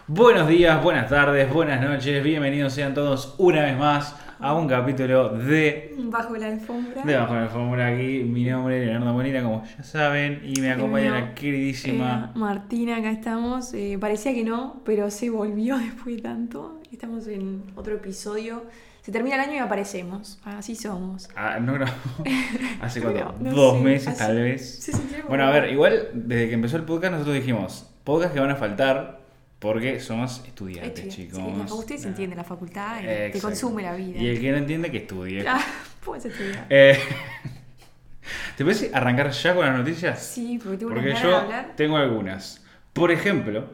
Buenos días, buenas tardes, buenas noches, bienvenidos sean todos una vez más a un capítulo de Bajo la alfombra. Bajo la Alfombra. Aquí mi nombre es Leonardo Molina, como ya saben, y me acompaña la queridísima Martina, acá estamos. Parecía que no, pero se volvió después de tanto. Estamos en otro episodio. Se termina el año y aparecemos. Así somos. No grabamos hace cuánto, No 2 sé, meses hace- tal vez. se sintió Bueno, a como- ver, igual desde que empezó el podcast nosotros dijimos, podcast que van a faltar porque somos estudiantes, chicos. Sí, ustedes entienden la facultad y Exacto. te consume la vida. Y el que no entiende que estudie. Puedes estudiar. ¿Te parece arrancar ya con las noticias? Sí, porque tengo una Porque ganas de yo hablar. tengo algunas. Por ejemplo,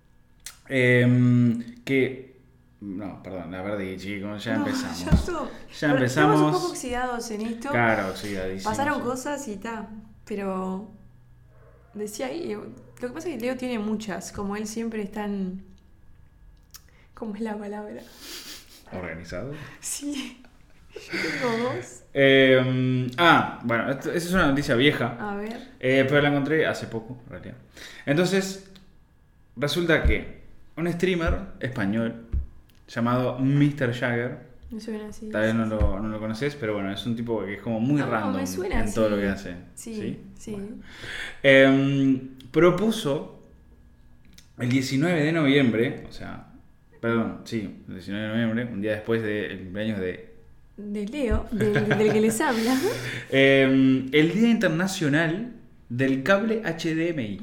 que... No, perdón, la verdad que chicos, ya No, empezamos. ya empezamos. Estamos un poco oxidados en esto. Claro, oxidadísimos. Pasaron cosas y tal, pero decía ahí, lo que pasa es que Leo tiene muchas, como él siempre es tan... ¿Cómo es la palabra? ¿Organizado? Sí, yo tengo dos. Bueno, esa es una noticia vieja, A ver, pero la encontré hace poco, en realidad. Entonces, resulta que un streamer español llamado Mr. Jagger, me suena así. tal vez no lo conoces, pero bueno, es un tipo que es como muy No, random me suena en todo así. lo que hace. Sí. Bueno. Propuso el 19 de noviembre, o sea, perdón, sí, el 19 de noviembre, un día después del cumpleaños de... De Leo, del que les habla. el Día Internacional del Cable HDMI.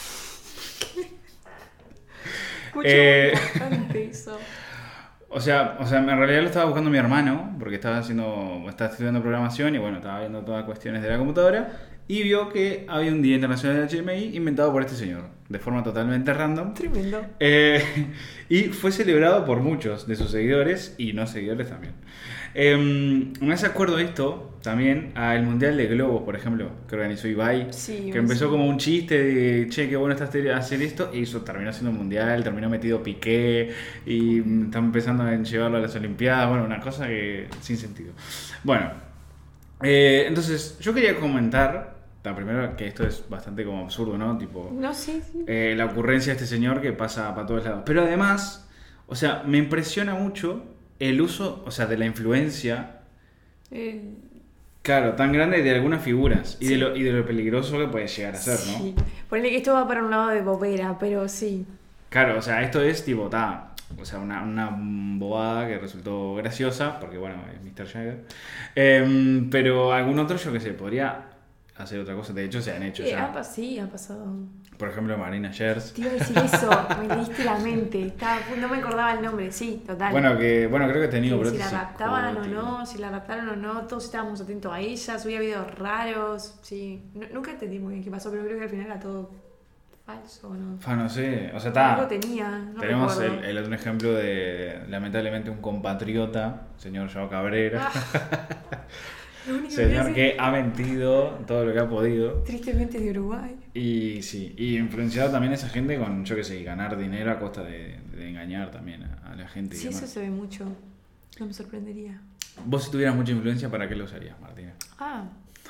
Mucho importante eso. O sea, en realidad lo estaba buscando mi hermano, porque estaba estudiando programación y bueno, estaba viendo todas las cuestiones de la computadora y vio que había un Día Internacional del HDMI inventado por este señor, de forma totalmente random. Tremendo. Y fue celebrado por muchos de sus seguidores y no seguidores también. Me hace acuerdo esto también al Mundial de Globos, por ejemplo, que organizó Ibai, Sí, que empezó sí. como un chiste de, che, qué bueno está hacer esto, y eso terminó siendo un mundial, terminó metido Piqué, y están empezando a llevarlo a las Olimpiadas, bueno, una cosa que sin sentido. Bueno, entonces yo quería comentar, primero que esto es bastante como absurdo, ¿no? Tipo, No, sí. la ocurrencia de este señor que pasa para todos lados. Pero además, o sea, me impresiona mucho el uso, o sea, de la influencia, claro, tan grande de algunas figuras y, Sí. de lo peligroso que puede llegar a ser, ¿no? Sí. Ponele que esto va para un lado de bobera, pero sí. Claro, o sea, esto es tipo, o sea, una bobada que resultó graciosa, porque bueno, es Mr. Jagger. Pero algún otro, yo qué sé, podría hacer otra cosa. De hecho, se han hecho ya. Sí, ha pasado. Por ejemplo, Marina Gers. Te iba a decir eso, me leíste la mente. No me acordaba el nombre, sí, total. Bueno, creo que ha tenido Que si brotes la raptaban o psicóticos. no, si la raptaron o no, todos estábamos atentos a ella, subía videos raros, sí. Nunca entendí muy bien qué pasó, pero creo que al final era todo falso, ¿no? No sé, o sea, Algo tenía, no tenemos recuerdo. el otro ejemplo de, lamentablemente, un compatriota, señor Joao Cabrera. Lo único Señor sé, que ha mentido todo lo que ha podido. tristemente de Uruguay. Y sí, y influenciado también a esa gente con, yo qué sé, ganar dinero a costa de engañar también a la gente y Sí, demás. eso se ve mucho. No me sorprendería. Vos, si tuvieras mucha influencia, ¿para qué lo usarías, Martina? Ah,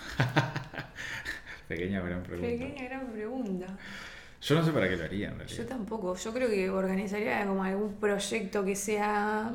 Pequeña gran pregunta. pequeña gran pregunta. Yo no sé para qué lo haría, en Yo realidad. tampoco. Yo creo que organizaría como algún proyecto que sea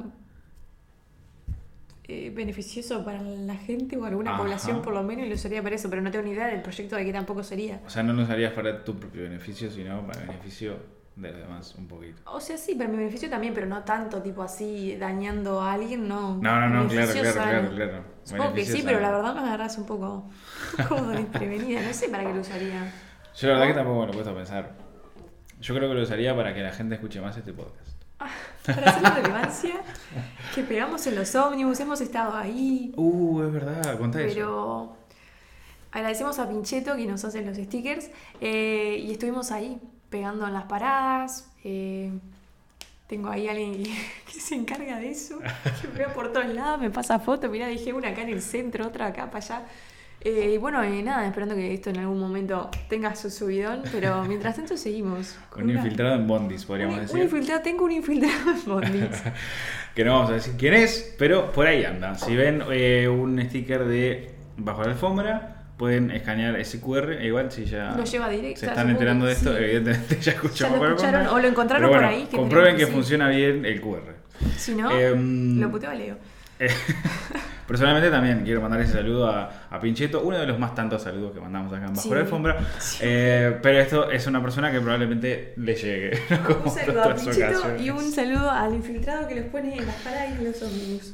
beneficioso para la gente o alguna Ajá. población por lo menos y lo usaría para eso, pero no tengo ni idea del proyecto de qué tampoco sería. O sea, no lo usarías para tu propio beneficio, sino para el beneficio de los demás, un poquito. O sea, sí, para mi beneficio también, pero no tanto, tipo así, dañando a alguien, no. No, claro. Beneficio sano. Supongo que Beneficio sí, pero la sano. verdad me agarras un poco como desprevenida. No sé para qué lo usaría. Yo la verdad que tampoco me lo he puesto a pensar. Yo creo que lo usaría para que la gente escuche más este podcast. Para hacer la relevancia que pegamos en los ómnibus, hemos estado ahí. Es verdad, contá eso. Pero agradecemos a Pincheto que nos hace los stickers y estuvimos ahí pegando en las paradas. Tengo ahí alguien que se encarga de eso, que me ve por todos lados, me pasa fotos. Mirá, dejé una acá en el centro, otra acá para allá. Y bueno, nada, esperando que esto en algún momento tenga su subidón, pero mientras tanto seguimos. Un infiltrado en Bondis, podríamos decir. Tengo un infiltrado en Bondis. Que no vamos a decir quién es, pero por ahí anda. Si ven un sticker de Bajo la Alfombra pueden escanear ese QR. Igual si ya Lo lleva directo. se están enterando de esto, sí. evidentemente ya escuchamos. Ya lo escucharon o lo encontraron pero bueno, por ahí. comprueben que sí. funciona bien el QR. Si no, lo puteo a Leo. Personalmente también quiero mandar ese saludo a Pincheto, uno de los más tantos saludos que mandamos acá en Bajo la Alfombra. Sí. Pero esto es una persona que probablemente le llegue. Un saludo a Pincheto y un saludo al infiltrado que los pone en las paradas y en los ómnibus.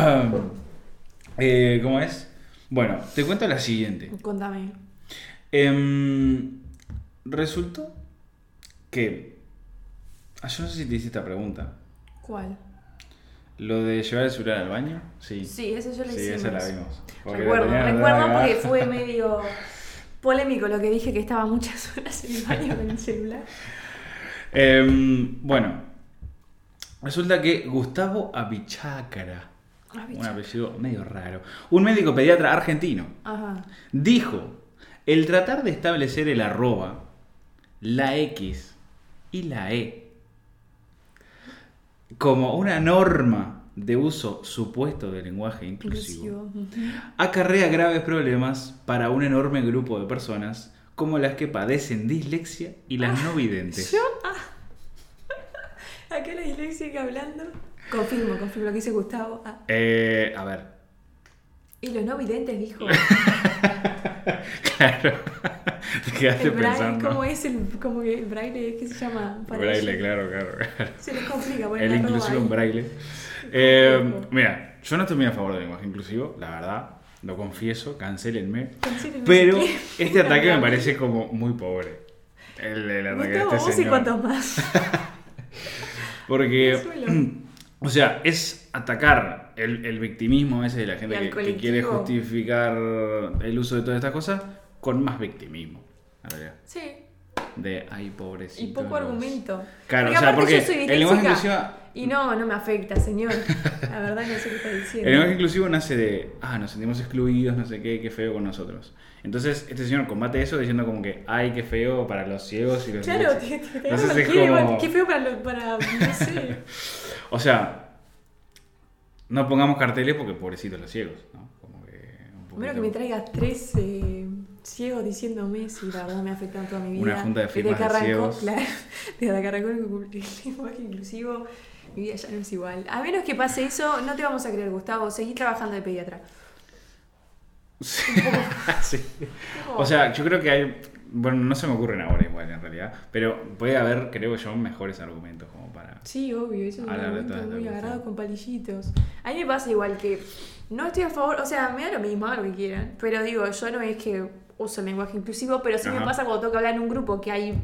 ¿Cómo es? Bueno, te cuento la siguiente. Contame. Resultó que... yo no sé si te hice esta pregunta. ¿Cuál? ¿Lo de llevar el celular al baño? Sí. Sí, eso yo lo hicimos. Sí, esa la vimos. Recuerdo porque fue medio polémico lo que dije, que estaba muchas horas en el baño con el celular. Bueno, resulta que Gustavo Abichakara, un apellido medio raro, un médico pediatra argentino, dijo: el tratar de establecer el arroba, la X y la E como una norma de uso supuesto del lenguaje inclusivo acarrea graves problemas para un enorme grupo de personas como las que padecen dislexia y las no videntes. Acá la disléxica hablando. Confirmo lo que dice Gustavo. A ver. Y los no videntes, dijo. Claro. Te quedaste el braille, pensando. ¿cómo es como que el braille? ¿Qué se llama? Braille, claro. Se les complica. El inclusivo en braille. Mira, yo no estoy muy a favor del lenguaje inclusivo, la verdad. Lo confieso, cancélenme. Pero este ataque me parece como muy pobre. El ataque de este señor. ¿Y cuántos más? Porque, o sea, es atacar el victimismo ese de la gente que quiere justificar el uso de todas estas cosas con más victimismo, en realidad. Sí. De, ay, pobrecito. Y poco argumento. Claro, o sea, porque yo soy el lenguaje inclusivo... Y no me afecta, señor. La verdad no sé qué está diciendo. El lenguaje inclusivo nace de, nos sentimos excluidos, no sé qué feo con nosotros. Entonces, este señor combate eso diciendo como que, ay, qué feo para los ciegos y los claro, entonces es como... qué feo para no sé. O sea, no pongamos carteles porque pobrecitos los ciegos, ¿no? Como que un poquito... Menos que me traigas 3 ciegos diciéndome si la verdad me ha afectado toda mi vida. Una junta de firmas de ciegos. Claro, desde que arrancó el lenguaje inclusivo, mi vida ya no es igual. A menos que pase eso, no te vamos a creer, Gustavo. Seguí trabajando de pediatra. Sí. Sí. O sea, yo creo que hay... Bueno, no se me ocurren ahora igual en realidad, pero puede haber, creo yo, mejores argumentos como para... Sí, obvio, eso es un argumento muy agarrado con palillitos. A mí me pasa igual que no estoy a favor, o sea, me da lo mismo, hagan lo que quieran, pero digo, yo no es que uso el lenguaje inclusivo, pero sí me pasa cuando tengo que hablar en un grupo que hay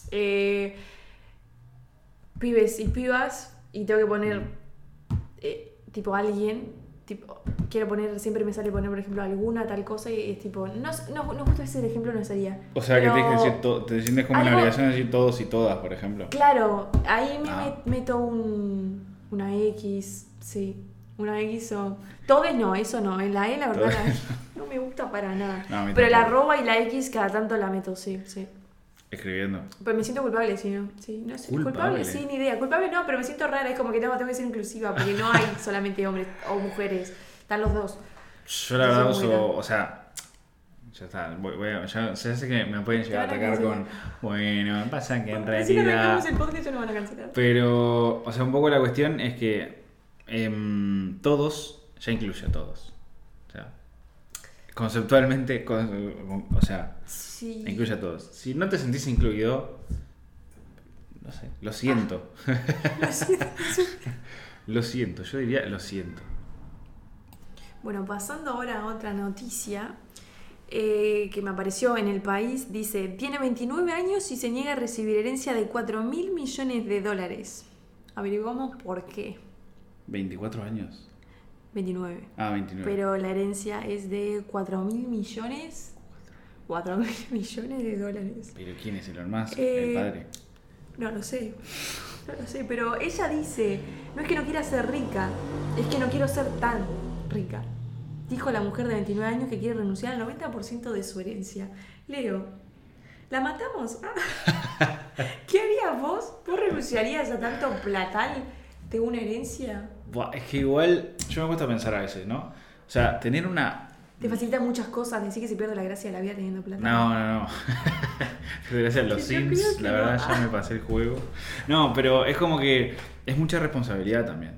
pibes y pibas y tengo que poner tipo alguien, tipo, quiero poner, siempre me sale poner, por ejemplo, alguna tal cosa y es tipo, no justo ese ejemplo no sería. O sea, pero, que tienes que decir, te sientes como en la obligación de decir todos y todas, por ejemplo. Claro, ahí me meto una X, sí, una X o... Todes no, eso no, en la E la verdad no me gusta para nada. No, pero la arroba y la X cada tanto la meto, sí. Escribiendo. Pues me siento culpable, sí, ¿no? Sí, no sé. Culpable, sí, ni idea. Culpable no, pero me siento rara, es como que tengo que ser inclusiva, porque no hay solamente hombres o mujeres, están los dos. Yo la verdad uso, o sea, ya está, ya sé que me pueden llegar a atacar con, bueno, pasa que en realidad... Si no arrancamos el podcast ya no van a cancelar. Pero, o sea, un poco la cuestión es que todos ya incluye a todos. O sea, conceptualmente, o sea, sí. Incluye a todos. Si no te sentís incluido, no sé, lo siento. Lo siento, yo diría lo siento. Bueno, pasando ahora a otra noticia que me apareció en El País, dice, tiene 29 años y se niega a recibir herencia de $4.000 millones. Averiguamos por qué. 24 años. 29. 29. Pero la herencia es de $4.000 millones. $4.000 millones. ¿Pero quién es Elon Musk? ¿El padre? No lo sé, pero ella dice, no es que no quiera ser rica, es que no quiero ser tan rica. Dijo la mujer de 29 años que quiere renunciar al 90% de su herencia. Leo, ¿la matamos? ¿Qué harías vos? ¿Vos renunciarías a tanto platal de una herencia? Es que igual, yo me he puesto a pensar a veces, ¿no? O sea, tener una Te facilita muchas cosas, decir que se pierde la gracia de la vida teniendo plata. No. Gracias a los Sims, la verdad ya me pasé el juego. No, pero es como que es mucha responsabilidad también.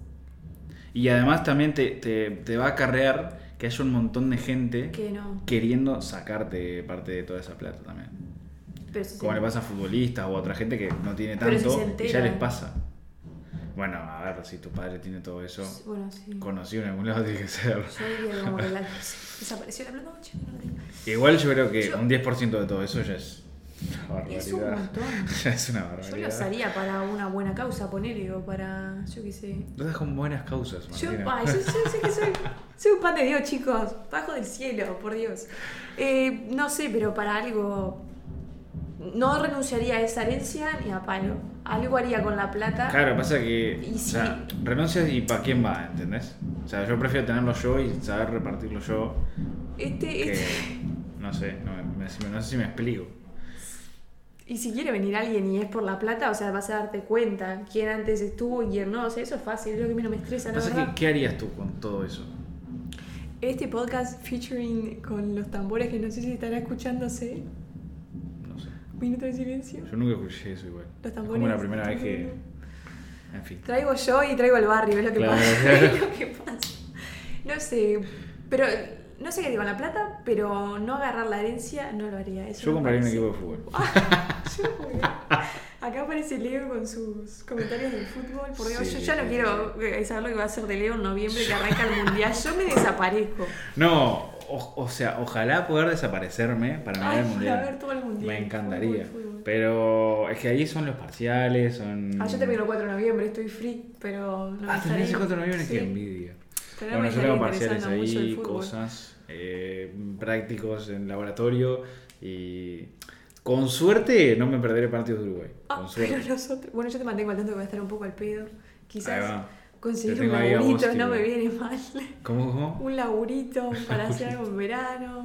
Y además también te va a acarrear que haya un montón de gente que no. queriendo sacarte parte de toda esa plata también. Pero si como le pasa a futbolistas o a otra gente que no tiene Pero si tanto se y entera. ya les pasa. Bueno, a ver, si tu padre tiene todo eso, bueno, sí. conocido en algún lado tiene que ser. Yo diría como que desapareció la plata. No lo tengo. Igual yo creo que un 10% de todo eso ya es una barbaridad. Es un montón. Ya es una barbaridad. Yo lo usaría para una buena causa, ponerle, o para, yo qué sé. Lo das con buenas causas, Yo Martina. sé que soy un pan de Dios, chicos. Bajo del cielo, por Dios. No sé, pero para algo. No renunciaría a esa herencia ni a palo. Algo haría con la plata. Claro, pasa que Y o sea, renuncias y ¿para quién va? ¿Entendés? O sea, yo prefiero tenerlo yo y saber repartirlo yo. Que, no sé, no sé si me explico. Y si quiere venir alguien y es por la plata, o sea, vas a darte cuenta quién antes estuvo y quién no. O sea, eso es fácil, es lo que menos me estresa, la Pasa verdad. que, ¿qué harías tú con todo eso? Este podcast featuring con los tambores que no sé si estará escuchándose. No sé. Minuto de silencio. Yo nunca escuché eso igual. Los Es tambores. como la primera vez que... En fin. Traigo yo y traigo el barrio, es lo que Claro. pasa. Es lo que pasa. No sé, pero no sé qué digo con la plata, pero no agarrar la herencia no lo haría. Eso Yo me compraría un parece- equipo de fútbol. Yo jugué. Acá aparece Leo con sus comentarios del fútbol. Por Dios, Sí, yo ya no quiero saber lo que va a hacer de Leo en noviembre, que arranca el mundial. Yo me desaparezco. No, o sea, ojalá poder desaparecerme para mirar el mundial. Para ver todo el mundial. Me encantaría. Fútbol. Pero es que ahí son los parciales, son... Yo termino el 4 de noviembre, estoy free, pero no me ¿Tenés el estaría- 4 de noviembre? Sí. Qué envidia. Pero no Bueno, me yo estaría tengo parciales interesando mucho el ahí, fútbol. cosas, prácticos en laboratorio y con suerte no me perderé partidos de Uruguay. Con suerte. Pero nosotros, bueno, yo te mantengo al tanto que voy a estar un poco al pedo. Ahí Quizás va. conseguir Te un tengo ahí a vos, laburito no tipo. me viene mal. ¿Cómo? Un laburito para hacer algo en verano.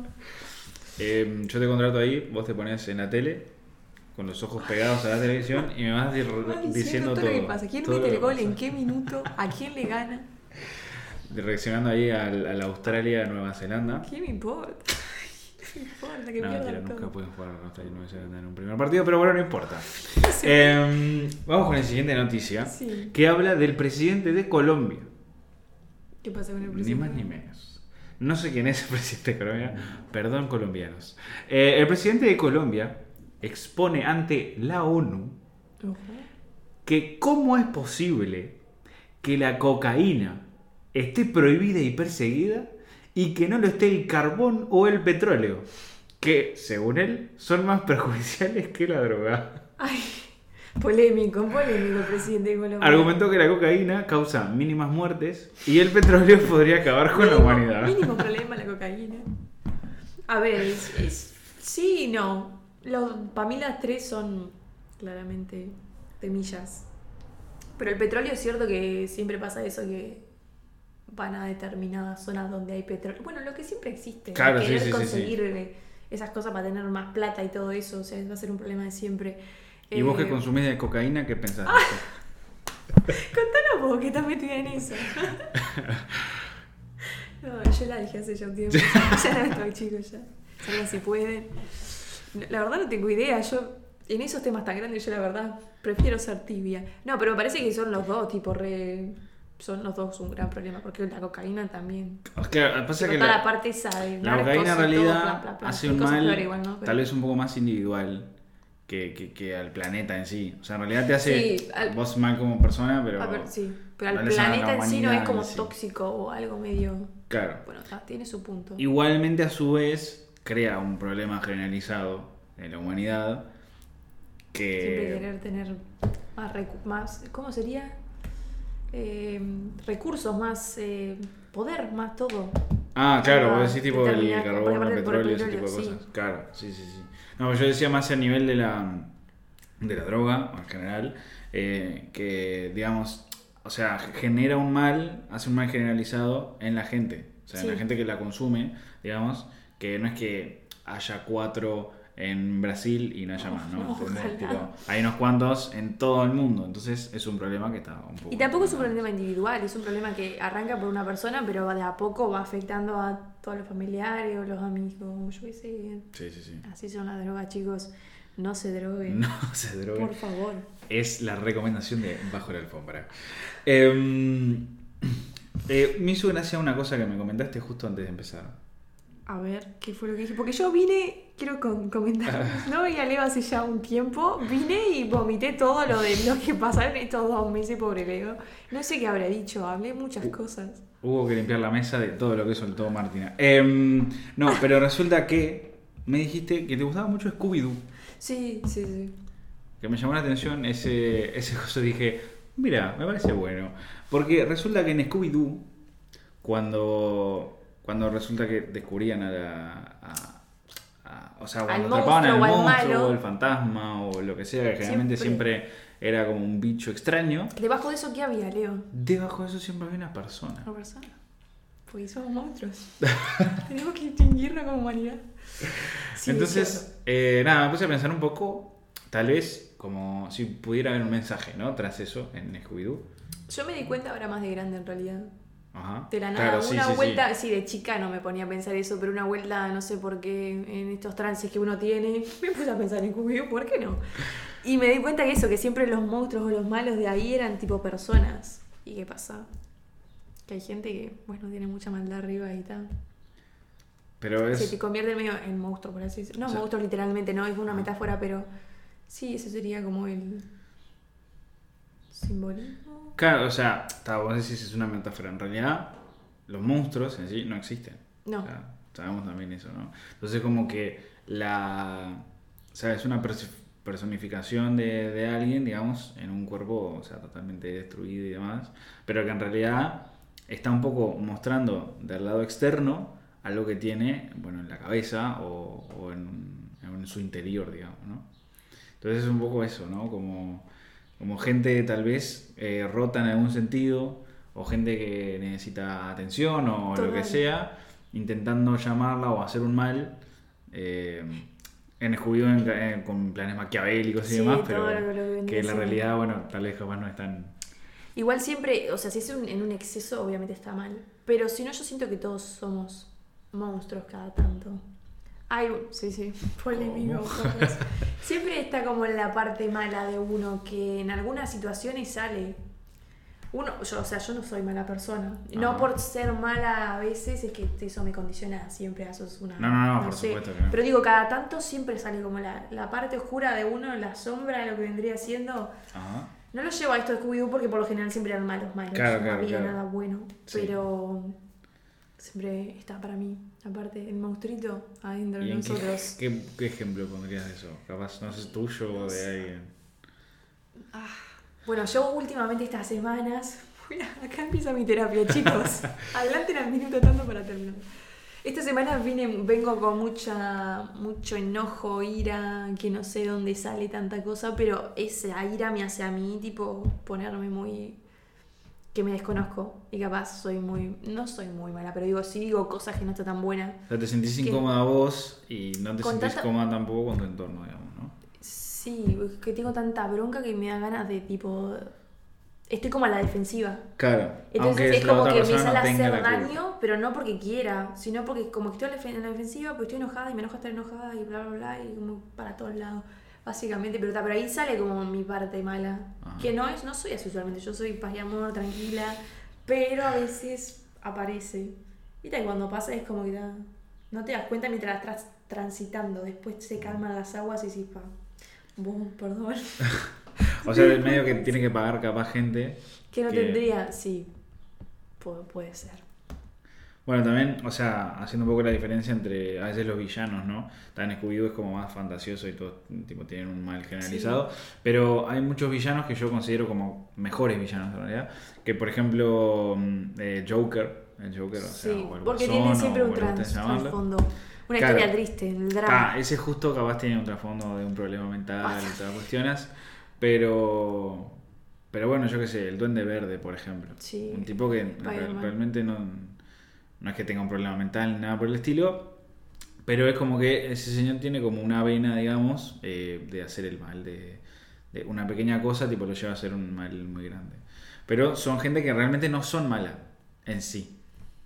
Yo te contrato ahí, vos te pones en la tele con los ojos pegados a la televisión y me vas Vas diciendo todo todo. lo que pasa. ¿Quién todo mete lo el que gol? ¿En pasa. qué minuto? ¿A quién le gana? Reaccionando ahí a la Australia, Nueva Zelanda. ¿Qué me importa? ¿Qué me importa? Que No, pierdan mentira, nunca todo. pueden jugar a Australia y Nueva Zelanda en un primer partido, pero bueno, no importa. No sé. Vamos con la siguiente noticia, Sí. que habla del presidente de Colombia. ¿Qué pasa con el Ni presidente? más ni menos. No sé quién es el presidente de Colombia, perdón colombianos. El presidente de Colombia expone ante la ONU Ojo. que cómo es posible que la cocaína esté prohibida y perseguida y que no lo esté el carbón o el petróleo, que, según él, son más perjudiciales que la droga. Ay, polémico el presidente de Colombia. Argumentó que la cocaína causa mínimas muertes y el petróleo podría acabar con la humanidad. Mínimo problema la cocaína. A ver, sí y no. Para mí las tres son claramente semillas. Pero el petróleo es cierto que siempre pasa eso, que van a determinadas zonas donde hay petróleo. Bueno, lo que siempre existe. Claro, sí, querer sí, sí, conseguir esas cosas para tener más plata y todo eso. O sea, va a ser un problema de siempre. ¿Y vos que consumís de cocaína, qué pensás? Contanos vos que estás metida en eso. No, yo la dejé hace ya un tiempo. Ya no estoy, chicos, ya. Salgan si pueden. La verdad no tengo idea. Yo, en esos temas tan grandes, yo la verdad prefiero ser tibia. No, pero me parece que son los dos, tipo, son los dos un gran problema. Porque la cocaína también. Claro, pasa que Toda la parte esa de la cocaína en narcos y todo, realidad bla, bla, bla. hace Hay un cosas mal, peores igual, ¿no? Pero- tal vez un poco más individual que al planeta en sí. O sea, en realidad te hace Sí, vos mal como persona, pero... A ver, sí. Pero al vales a la planeta en sí no es humanidad como en sí. tóxico o algo medio. Claro. Bueno, tiene su punto. Igualmente, a su vez, crea un problema generalizado en la humanidad Siempre que... querer tener más ¿cómo sería? Recursos, más poder, más todo. Ah, claro, Ah, vos decís tipo el determinar, carbón, el aparte por el petróleo, ese tipo de petróleo, cosas. Claro, sí, sí, sí. No, yo decía más a nivel de la droga, en general, que, digamos, o sea, genera un mal, hace un mal generalizado en la gente. O sea, en Sí. la gente que la consume, digamos, que no es que haya 4 en Brasil y no haya más, ¿no? Ojalá. Tipo, hay unos cuantos en todo el mundo, entonces es un problema que está un poco... Y tampoco es un problema individual, es un problema que arranca por una persona, pero de a poco va afectando a todos los familiares o los amigos, yo qué sé. Sí. Así son las drogas, chicos. No se droguen. No se droguen. Por favor. Es la recomendación de Bajo la Alfombra. Me hizo gracia una cosa que me comentaste justo antes de empezar. A ver, ¿qué fue lo que dije? Porque yo vine, quiero comentar, no veía a Leo hace ya un tiempo, vine y vomité todo lo de lo que pasaron estos 2 meses, pobre Leo. No sé qué habré dicho, hablé muchas cosas. Hubo que limpiar la mesa de todo lo que soltó Martina. No, pero resulta que me dijiste que te gustaba mucho Scooby-Doo. Sí. Que me llamó la atención ese cosa. Dije, mira, me parece bueno. Porque resulta que en Scooby-Doo, cuando resulta que descubrían o sea, cuando atrapaban al monstruo o el fantasma o lo que sea, que generalmente siempre era como un bicho extraño. Debajo de eso, ¿qué había, Leo? Debajo de eso siempre había una persona. Una persona. Porque somos monstruos. Tenemos que extinguirnos como humanidad. Sí, entonces, me puse a pensar un poco, tal vez como si pudiera haber un mensaje, ¿no? Tras eso en Scooby-Doo. Yo me di cuenta ahora más de grande en realidad. Ajá. De la nada, claro, una vuelta, sí, de chica no me ponía a pensar eso, pero una vuelta, no sé por qué, en estos trances que uno tiene, me puse a pensar en Scooby-Doo, ¿por qué no? Y me di cuenta que eso, que siempre los monstruos o los malos de ahí eran tipo personas. ¿Y qué pasa? Que hay gente que, bueno, tiene mucha maldad arriba y tal. Pero es... Se te convierte medio en monstruo, por así decirlo. No, monstruo literalmente, no, es una metáfora, pero sí, ese sería como el simbolismo. Claro, o sea, vos decís es una metáfora. En realidad, los monstruos en sí no existen. No. O sea, sabemos también eso, ¿no? Entonces, como que es una personificación de alguien, digamos, en un cuerpo, o sea, totalmente destruido y demás, pero que en realidad está un poco mostrando del lado externo algo que tiene, bueno, en la cabeza o en su interior, digamos, ¿no? Entonces es un poco eso, ¿no? Como gente tal vez rota en algún sentido, o gente que necesita atención o Total. lo que sea, intentando llamarla o hacer un mal, en Scooby-Doo con planes maquiavélicos y demás, pero que en la realidad, bueno, tal vez capaz no están... Igual siempre, o sea, si es en un exceso, obviamente está mal. Pero si no, yo siento que todos somos monstruos cada tanto. Sí, polémico. Siempre está como la parte mala de uno que en algunas situaciones sale. Yo no soy mala persona. No por ser mala a veces es que eso me condiciona siempre a sos una... No, por supuesto que no. Pero digo, cada tanto siempre sale como la parte oscura de uno, la sombra de lo que vendría siendo. Ajá. No lo llevo a esto de Scooby-Doo porque por lo general siempre eran malos. Claro, no había claro. nada bueno. Sí. Pero siempre está para mí. Aparte, el monstruito adentro de nosotros. ¿Qué ejemplo pondrías de eso? Capaz, no sé, tuyo o de alguien. Bueno, yo últimamente estas semanas... Acá empieza mi terapia, chicos. Adelanten al minuto tanto para terminar. Esta semana vengo con mucho enojo, ira, que no sé dónde sale tanta cosa, pero esa ira me hace a mí, tipo, ponerme muy... que me desconozco. Y capaz no soy muy mala, pero digo cosas que no están tan buenas. O sea, te sentís incómoda vos y no te sentís cómoda tampoco con tu entorno, digamos, ¿no? Sí, que tengo tanta bronca que me da ganas de, tipo... Estoy como a la defensiva. Claro. Entonces es como que me sale a hacer daño, daño, pero no porque quiera, sino porque como que estoy en la defensiva, pues estoy enojada y me enoja estar enojada y bla, bla, bla, y como para todos lados, básicamente. Pero por ahí sale como mi parte mala. Ajá. Que no soy así usualmente, yo soy paz y amor, tranquila, pero a veces aparece. Y cuando pasa es como que no te das cuenta mientras estás transitando, después se calman las aguas y dices, perdón. O sea, del medio que tiene que pagar capaz gente que no tendría, sí, puede ser. Bueno, también, o sea, haciendo un poco la diferencia entre a veces los villanos, ¿no? También Scooby-Doo es como más fantasioso y todos tipo tienen un mal generalizado, sí. Pero hay muchos villanos que yo considero como mejores villanos en realidad, que por ejemplo el Joker, o sea, sí, o el porque Guasón, tiene siempre un trasfondo. Una historia triste, el drama. Ese justo capaz tiene un trasfondo de un problema mental y todas las cuestiones. Pero bueno, yo qué sé, el Duende Verde, por ejemplo. Sí, un tipo que realmente no es que tenga un problema mental ni nada por el estilo, Pero es como que ese señor tiene como una vena, digamos, de hacer el mal, de una pequeña cosa, tipo lo lleva a hacer un mal muy grande. Pero son gente que realmente no son mala en sí.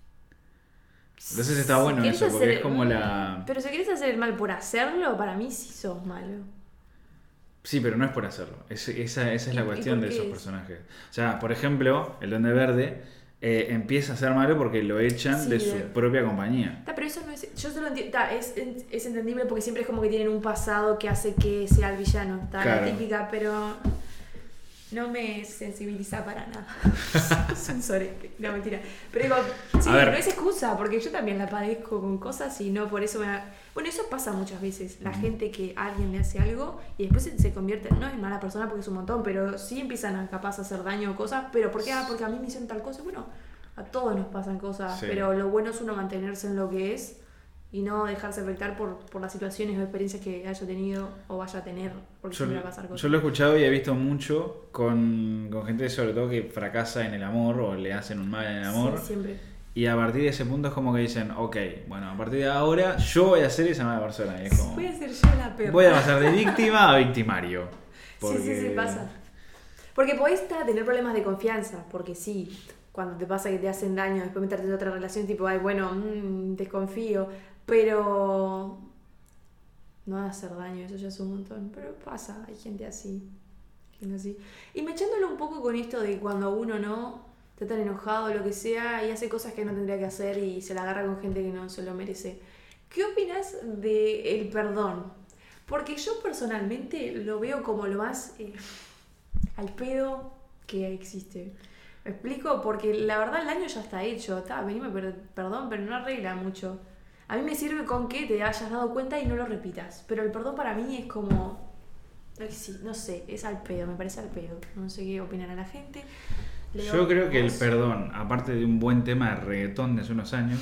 Entonces está Si bueno querés eso, porque hacer- es como la... Pero si querés hacer el mal por hacerlo, para mí sí sos malo. Sí, pero no es por hacerlo. Esa es la ¿Y cuestión por de qué esos es? personajes. O sea, por ejemplo, el Duende Verde empieza a ser malo porque lo echan Sí, de su propia compañía. Pero eso no es. Yo solo entiendo. Es entendible porque siempre es como que tienen un pasado que hace que sea el villano. La Claro. típica, pero. No me sensibiliza para nada. Es un sorete. No, mentira. Pero digo, sí, A ver. no es excusa, porque yo también la padezco con cosas y no por eso me da. Bueno, eso pasa muchas veces. La gente que a alguien le hace algo y después se convierte, no es mala persona porque es un montón, pero sí empiezan a capaz a hacer daño o cosas. Pero ¿por qué? Porque a mí me hicieron tal cosa. Bueno, a todos nos pasan cosas, Sí. pero lo bueno es uno mantenerse en lo que es y no dejarse afectar por las situaciones o experiencias que haya tenido o vaya a tener, porque siempre va a pasar cosas. Yo lo he escuchado y he visto mucho con gente sobre todo que fracasa en el amor o le hacen un mal en el amor. Sí, siempre. Y a partir de ese punto es como que dicen, ok, bueno, a partir de ahora yo voy a ser esa mala persona. Y es como, Voy a ser yo la peor. voy a pasar de víctima a victimario. Sí, pasa. Porque podés tener problemas de confianza, porque sí, cuando te pasa que te hacen daño, después meterte en otra relación, tipo, ay, bueno, desconfío, pero no va a hacer daño, eso ya es un montón, pero pasa, hay gente así. Y mechándolo un poco con esto de cuando uno no está tan enojado o lo que sea y hace cosas que no tendría que hacer y se la agarra con gente que no se lo merece. ¿Qué opinas del perdón? Porque yo personalmente lo veo como lo más al pedo que existe. ¿Me explico? Porque la verdad el daño ya está hecho. Venime perdón, pero no arregla mucho. A mí me sirve con que te hayas dado cuenta y no lo repitas. Pero el perdón para mí es como... No sé, es al pedo, me parece al pedo. No sé qué opinará la gente. Yo creo que el perdón, aparte de un buen tema de reggaetón de hace unos años,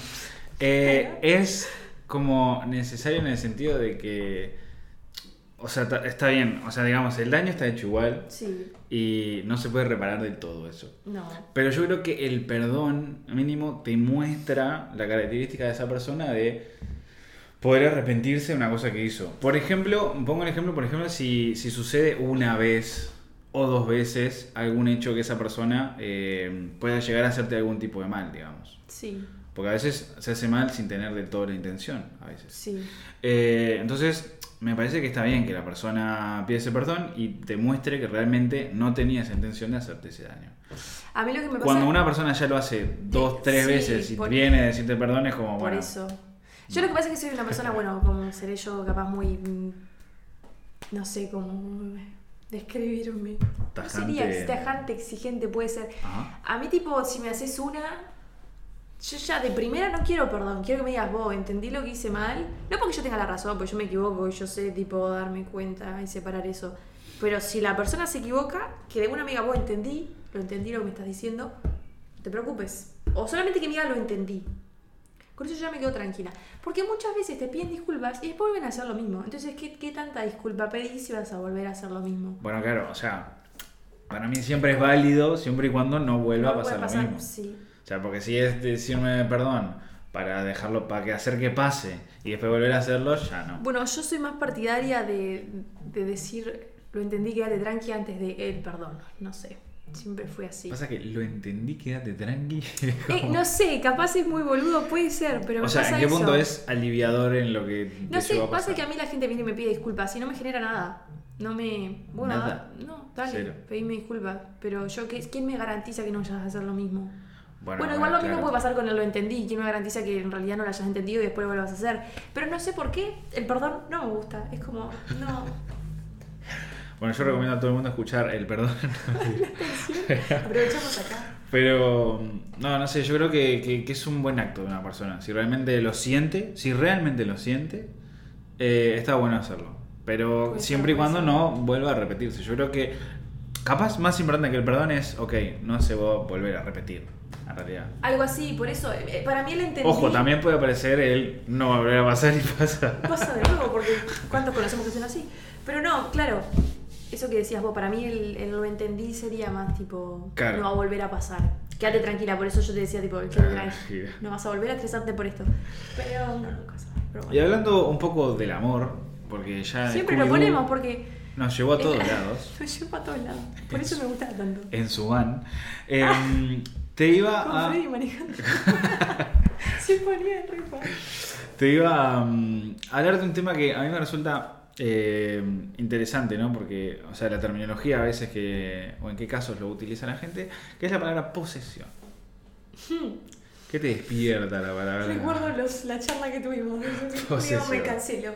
es como necesario en el sentido de que, o sea, está bien, o sea, digamos, el daño está hecho igual Sí. y no se puede reparar del todo eso. No. Pero yo creo que el perdón mínimo te muestra la característica de esa persona de poder arrepentirse de una cosa que hizo. Por ejemplo, pongo el ejemplo, si sucede una vez o dos veces algún hecho que esa persona pueda llegar a hacerte algún tipo de mal, digamos. Sí. Porque a veces se hace mal sin tener del todo la intención, a veces. Sí. Entonces, me parece que está bien que la persona pida ese perdón y te muestre que realmente no tenía esa intención de hacerte ese daño. A mí lo que me pasa... Cuando una persona ya lo hace dos, tres Sí, veces y por- viene a decirte perdón, es como, Por bueno... eso. Yo lo que pasa es que soy una persona, bueno, como seré yo, capaz muy... No sé cómo describirme. Tajante. No sería tajante, exigente, puede ser. Ajá. A mí, tipo, si me haces una... Yo ya de primera no quiero perdón, quiero que me digas, vos, entendí lo que hice mal. No porque yo tenga la razón, porque yo me equivoco y yo sé, tipo, darme cuenta y separar eso. Pero si la persona se equivoca, que de una amiga, vos entendí lo que me estás diciendo, no te preocupes. O solamente que me diga lo entendí. Con eso yo ya me quedo tranquila. Porque muchas veces te piden disculpas y después vuelven a hacer lo mismo. Entonces, ¿qué tanta disculpa pedís si vas a volver a hacer lo mismo? Bueno, claro, o sea, para mí siempre es válido, siempre y cuando no vuelva No a pasar puede lo mismo. Sí. O sea, porque si es decirme perdón para dejarlo, para que hacer que pase y después volver a hacerlo, ya no. Bueno, yo soy más partidaria de decir, lo entendí, quédate tranqui antes de el perdón. No sé, siempre fui así. Pasa que lo entendí, quédate tranqui. No sé, capaz es muy boludo, puede ser, pero me O sea, pasa ¿en qué eso. punto es aliviador en lo que te No sé, lleva a pasa pasar? que a mí la gente viene y me pide disculpas y no me genera nada. No me... Bueno, Nada. no, dale, Cero. pedime disculpas. Pero yo, ¿quién me garantiza que no vayas a hacer lo mismo? Bueno, igual lo mismo claro. puede pasar con el lo entendí. ¿Quién me garantiza que en realidad no lo hayas entendido y después lo vuelvas a hacer? Pero no sé por qué el perdón no me gusta. Es como, no. Bueno, yo recomiendo a todo el mundo escuchar el perdón. Aprovechamos acá. Pero, no sé, yo creo que es un buen acto de una persona. Si realmente lo siente, está bueno hacerlo. Pero Puede siempre y ser, cuando puede no vuelva a repetirse. Yo creo que capaz más importante que el perdón es, ok, no se va a volver a repetir, en realidad. Algo así, por eso, para mí el entendí. Ojo, también puede aparecer el no va a volver a pasar y pasa. Pasa de nuevo, porque ¿cuántos conocemos que son así? Pero no, claro. eso que decías vos, para mí el lo entendí sería más tipo, Claro. no va a volver a pasar. Quédate tranquila, por eso yo te decía, tipo, quédate tranquila, no vas a volver a estresarte por esto. Pero uno nunca sabe. Pero bueno. Y hablando un poco del amor, porque ya Siempre lo Scooby-Doo ponemos porque nos llevó a todos lados nos lleva a todos lados. Por eso me gusta tanto. en su van. Te iba Con a... Freddy manejando. Se ponía re fácil. Te iba a hablar de un tema que a mí me resulta interesante, ¿no? Porque, o sea, la terminología a veces que, o en qué casos lo utiliza la gente, que es la palabra posesión. ¿Qué te despierta la palabra? Recuerdo la charla que tuvimos. Posesión. Me cancelo.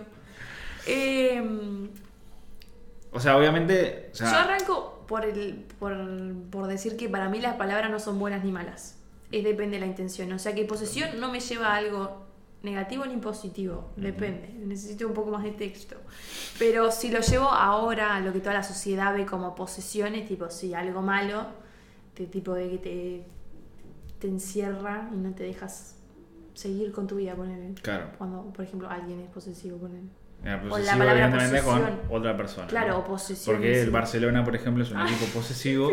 O sea, obviamente... O sea, Yo arranco por decir que para mí las palabras no son buenas ni malas. Depende de la intención. O sea que posesión no me lleva a algo negativo ni positivo. Depende. Necesito un poco más de texto. Pero si lo llevo ahora a lo que toda la sociedad ve como posesiones, tipo, sí, algo malo, tipo de que te encierra y no te dejas seguir con tu vida con él. Claro. Cuando, por ejemplo, alguien es posesivo con él. posesivo, o la palabra evidentemente, posesión. con otra persona. Claro, ¿no? o posesión. Porque el sí. Barcelona, por ejemplo, es un equipo posesivo.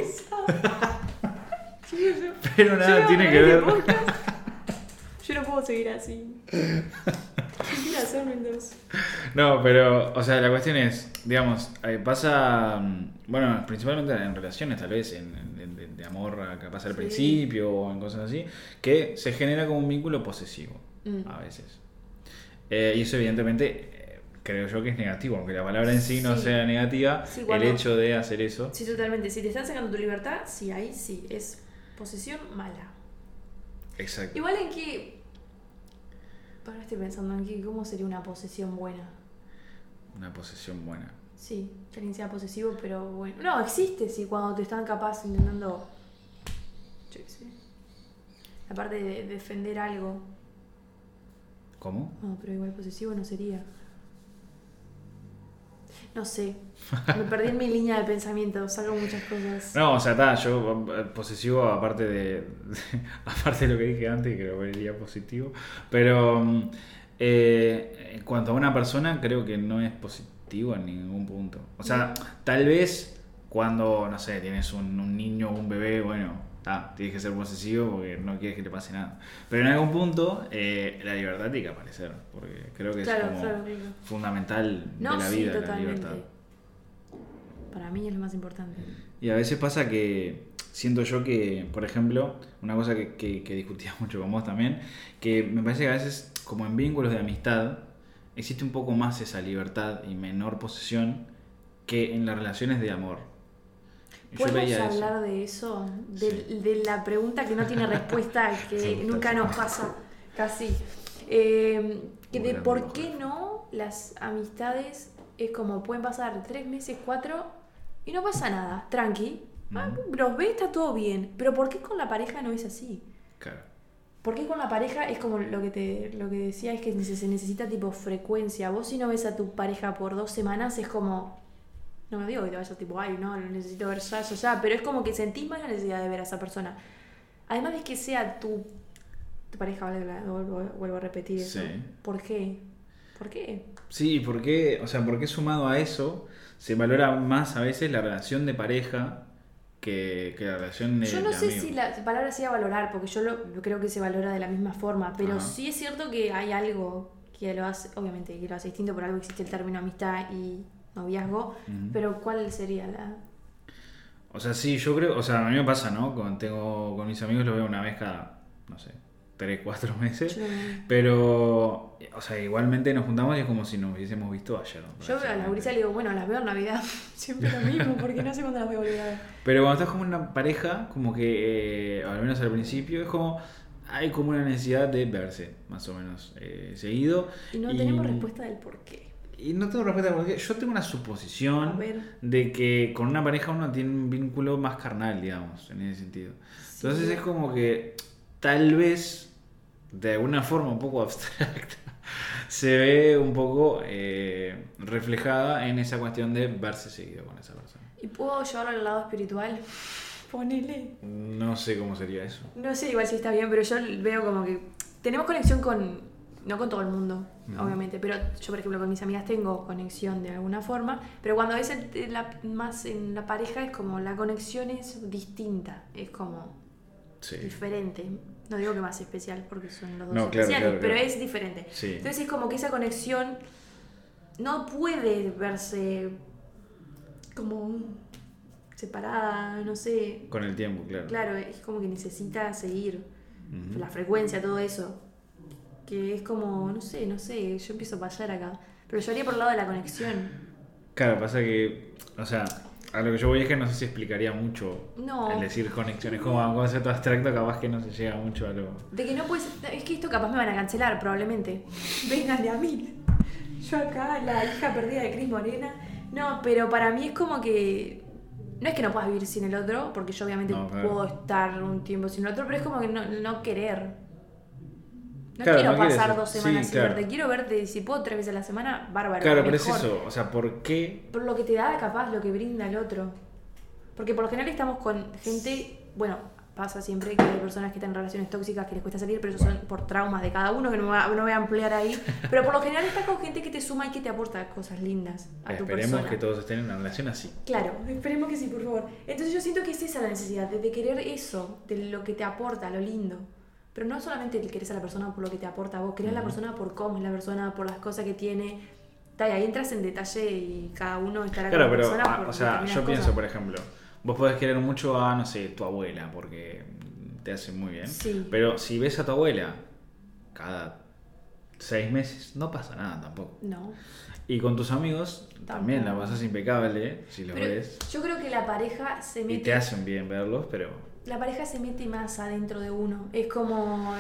Yo Pero nada tiene que ver. Yo no puedo seguir así. Quiero hacerlo entonces. No, pero, o sea, la cuestión es, digamos, pasa, bueno, principalmente en relaciones, tal vez, de amor capaz al Sí. principio o en cosas así, que se genera como un vínculo posesivo, a veces. Y eso, evidentemente, creo yo que es negativo, aunque la palabra en sí no Sí. sea negativa, Sí, el cuando- hecho de hacer eso. Sí, totalmente. Si te están sacando tu libertad, sí, ahí sí. Es posesión mala. Exacto. Igual en que... Ahora estoy pensando en que cómo sería una posesión buena. Una posesión buena. Sí, que alguien sea posesivo, pero bueno. No, existe, sí, cuando te están capaz intentando... Yo qué sé. Aparte de defender algo. ¿Cómo? No, pero igual posesivo no sería. No sé. Me perdí en mi línea de pensamiento. Saco muchas cosas. No, o sea, está, yo posesivo, aparte aparte de lo que dije antes, creo que sería positivo, pero en cuanto a una persona, creo que no es positivo en ningún punto. O sea, tal vez cuando, no sé, tienes un niño o un bebé, bueno, tienes que ser posesivo porque no quieres que le pase nada. Pero en algún punto, la libertad tiene que aparecer, porque creo que Claro, es como claro. fundamental No, de la sí, vida, la totalmente. libertad. Para mí es lo más importante. Y a veces pasa que siento yo que, por ejemplo, una cosa que discutía mucho con vos también, que me parece que a veces, como en vínculos de amistad, existe un poco más esa libertad y menor posesión que en las relaciones de amor. Y yo ¿Podemos veía hablar de eso? Sí. De la pregunta que no tiene respuesta, que Sí, nunca está nos pasa, casi. Que Muy de grande, por ojalá. qué no las amistades es como pueden pasar 3 meses, 4 y no pasa nada, tranqui. Los ves, está todo bien. Pero ¿por qué con la pareja no es así? Claro. ¿Por qué con la pareja es como lo que decía, es que se necesita tipo frecuencia? Vos si no ves a tu pareja por 2 semanas es como... No me digo que te vayas tipo, ay, no, lo necesito ver ya, pero es como que sentís más la necesidad de ver a esa persona. Además de que sea tu pareja, vuelvo a repetir eso. Sí. ¿Por qué? ¿Por qué? Sí, porque, o sea, porque sumado a eso se valora más a veces la relación de pareja que la relación de Yo no de sé amigo. si la palabra sea valorar, porque yo creo que se valora de la misma forma, pero Ajá. sí es cierto que hay algo que lo hace, obviamente que lo hace distinto, por algo existe el término amistad y noviazgo, pero ¿cuál sería la...? O sea, sí, yo creo, o sea, a mí me pasa, ¿no? Con mis amigos los veo una vez cada, no sé, 3, 4 meses. Yo, Pero, o sea, igualmente nos juntamos y es como si nos hubiésemos visto ayer. yo a la gurisa le digo, bueno, las veo en Navidad, siempre lo mismo, porque no sé cuándo las voy a volver a ver. Pero cuando estás como en una pareja, como que, al menos al principio, es como, hay como una necesidad de verse, más o menos, seguido. Y no tenemos respuesta del por qué. Y no tengo respuesta porque yo tengo una A suposición ver. de que con una pareja uno tiene un vínculo más carnal, digamos, en ese sentido. Entonces Sí. es como que tal vez, de alguna forma un poco abstracta, se ve un poco reflejada en esa cuestión de verse seguido con esa persona. ¿Y puedo llevarlo al lado espiritual? Ponele. No sé cómo sería eso. No sé igual si está bien, pero yo veo como que tenemos conexión No con todo el mundo, obviamente, pero yo, por ejemplo, con mis amigas tengo conexión de alguna forma, pero cuando es más en la pareja es como la conexión es distinta, es como diferente. No digo que más especial porque son los dos especiales, pero es diferente. Sí. Entonces es como que esa conexión no puede verse como separada, no sé. Con el tiempo, claro. Claro, es como que necesita seguir la frecuencia, todo eso. Que es como, no sé, yo empiezo a pasar acá. Pero yo haría por el lado de la conexión. Claro, pasa que, o sea, a lo que yo voy es que no sé si explicaría mucho el decir conexiones. Como un concepto abstracto, capaz que no se llega mucho a lo... De que no puedes... Es que esto capaz me van a cancelar, probablemente. Vengan de a mí. Yo acá, la hija perdida de Cris Morena. No, pero para mí es como que... No es que no puedas vivir sin el otro, porque yo obviamente puedo estar un tiempo sin el otro, pero es como que no querer. No quiero pasar 2 semanas sin verte, quiero verte, si puedo 3 veces a la semana, bárbaro. Claro, pero es eso, o sea, ¿por qué? Por lo que te da capaz, lo que brinda el otro. Porque por lo general estamos con gente, bueno, pasa siempre que hay personas que están en relaciones tóxicas que les cuesta salir, pero eso son por traumas de cada uno, que no voy a ampliar ahí. Pero por lo general estás con gente que te suma y que te aporta cosas lindas a tu persona. Esperemos que todos estén en una relación así. Claro, esperemos que sí, por favor. Entonces yo siento que es esa la necesidad, de querer eso, de lo que te aporta, lo lindo. Pero no solamente querés a la persona por lo que te aporta a vos, querés a la persona por cómo es la persona, por las cosas que tiene. Y ahí entras en detalle y cada uno estará con la persona. Claro, pero, o sea, yo pienso, por ejemplo, vos podés querer mucho a, no sé, tu abuela, porque te hace muy bien. Sí. Pero si ves a tu abuela cada 6 meses, no pasa nada tampoco. No. Y con tus amigos también la pasas impecable, si los ves. Yo creo que la pareja se mete... Y te hacen bien verlos, pero... La pareja se mete más adentro de uno. Es como...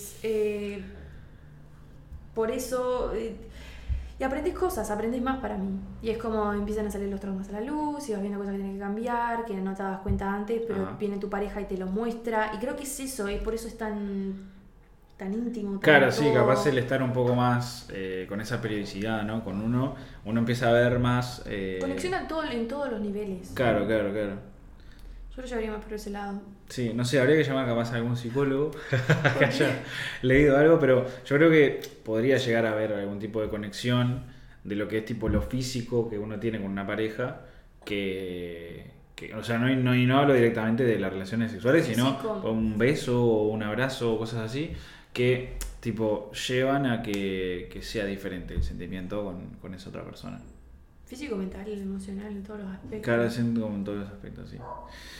por eso... y aprendes cosas, aprendes más para mí. Y es como empiezan a salir los traumas a la luz y vas viendo cosas que tienes que cambiar, que no te das cuenta antes, pero viene tu pareja y te lo muestra. Y creo que es eso, por eso es tan íntimo. Claro, sí, capaz el estar un poco más con esa periodicidad, ¿no? Con uno empieza a ver más... Conexiona en todos los niveles. Claro. Yo lo llevaría más por ese lado. Sí, no sé, habría que llamar capaz a algún psicólogo que haya leído algo, pero yo creo que podría llegar a haber algún tipo de conexión de lo que es tipo lo físico que uno tiene con una pareja, que o sea, no hablo directamente de las relaciones sexuales, sino un beso o un abrazo o cosas así, que tipo llevan a que sea diferente el sentimiento con esa otra persona. Físico, mental, emocional, en todos los aspectos. Claro, como en todos los aspectos, sí.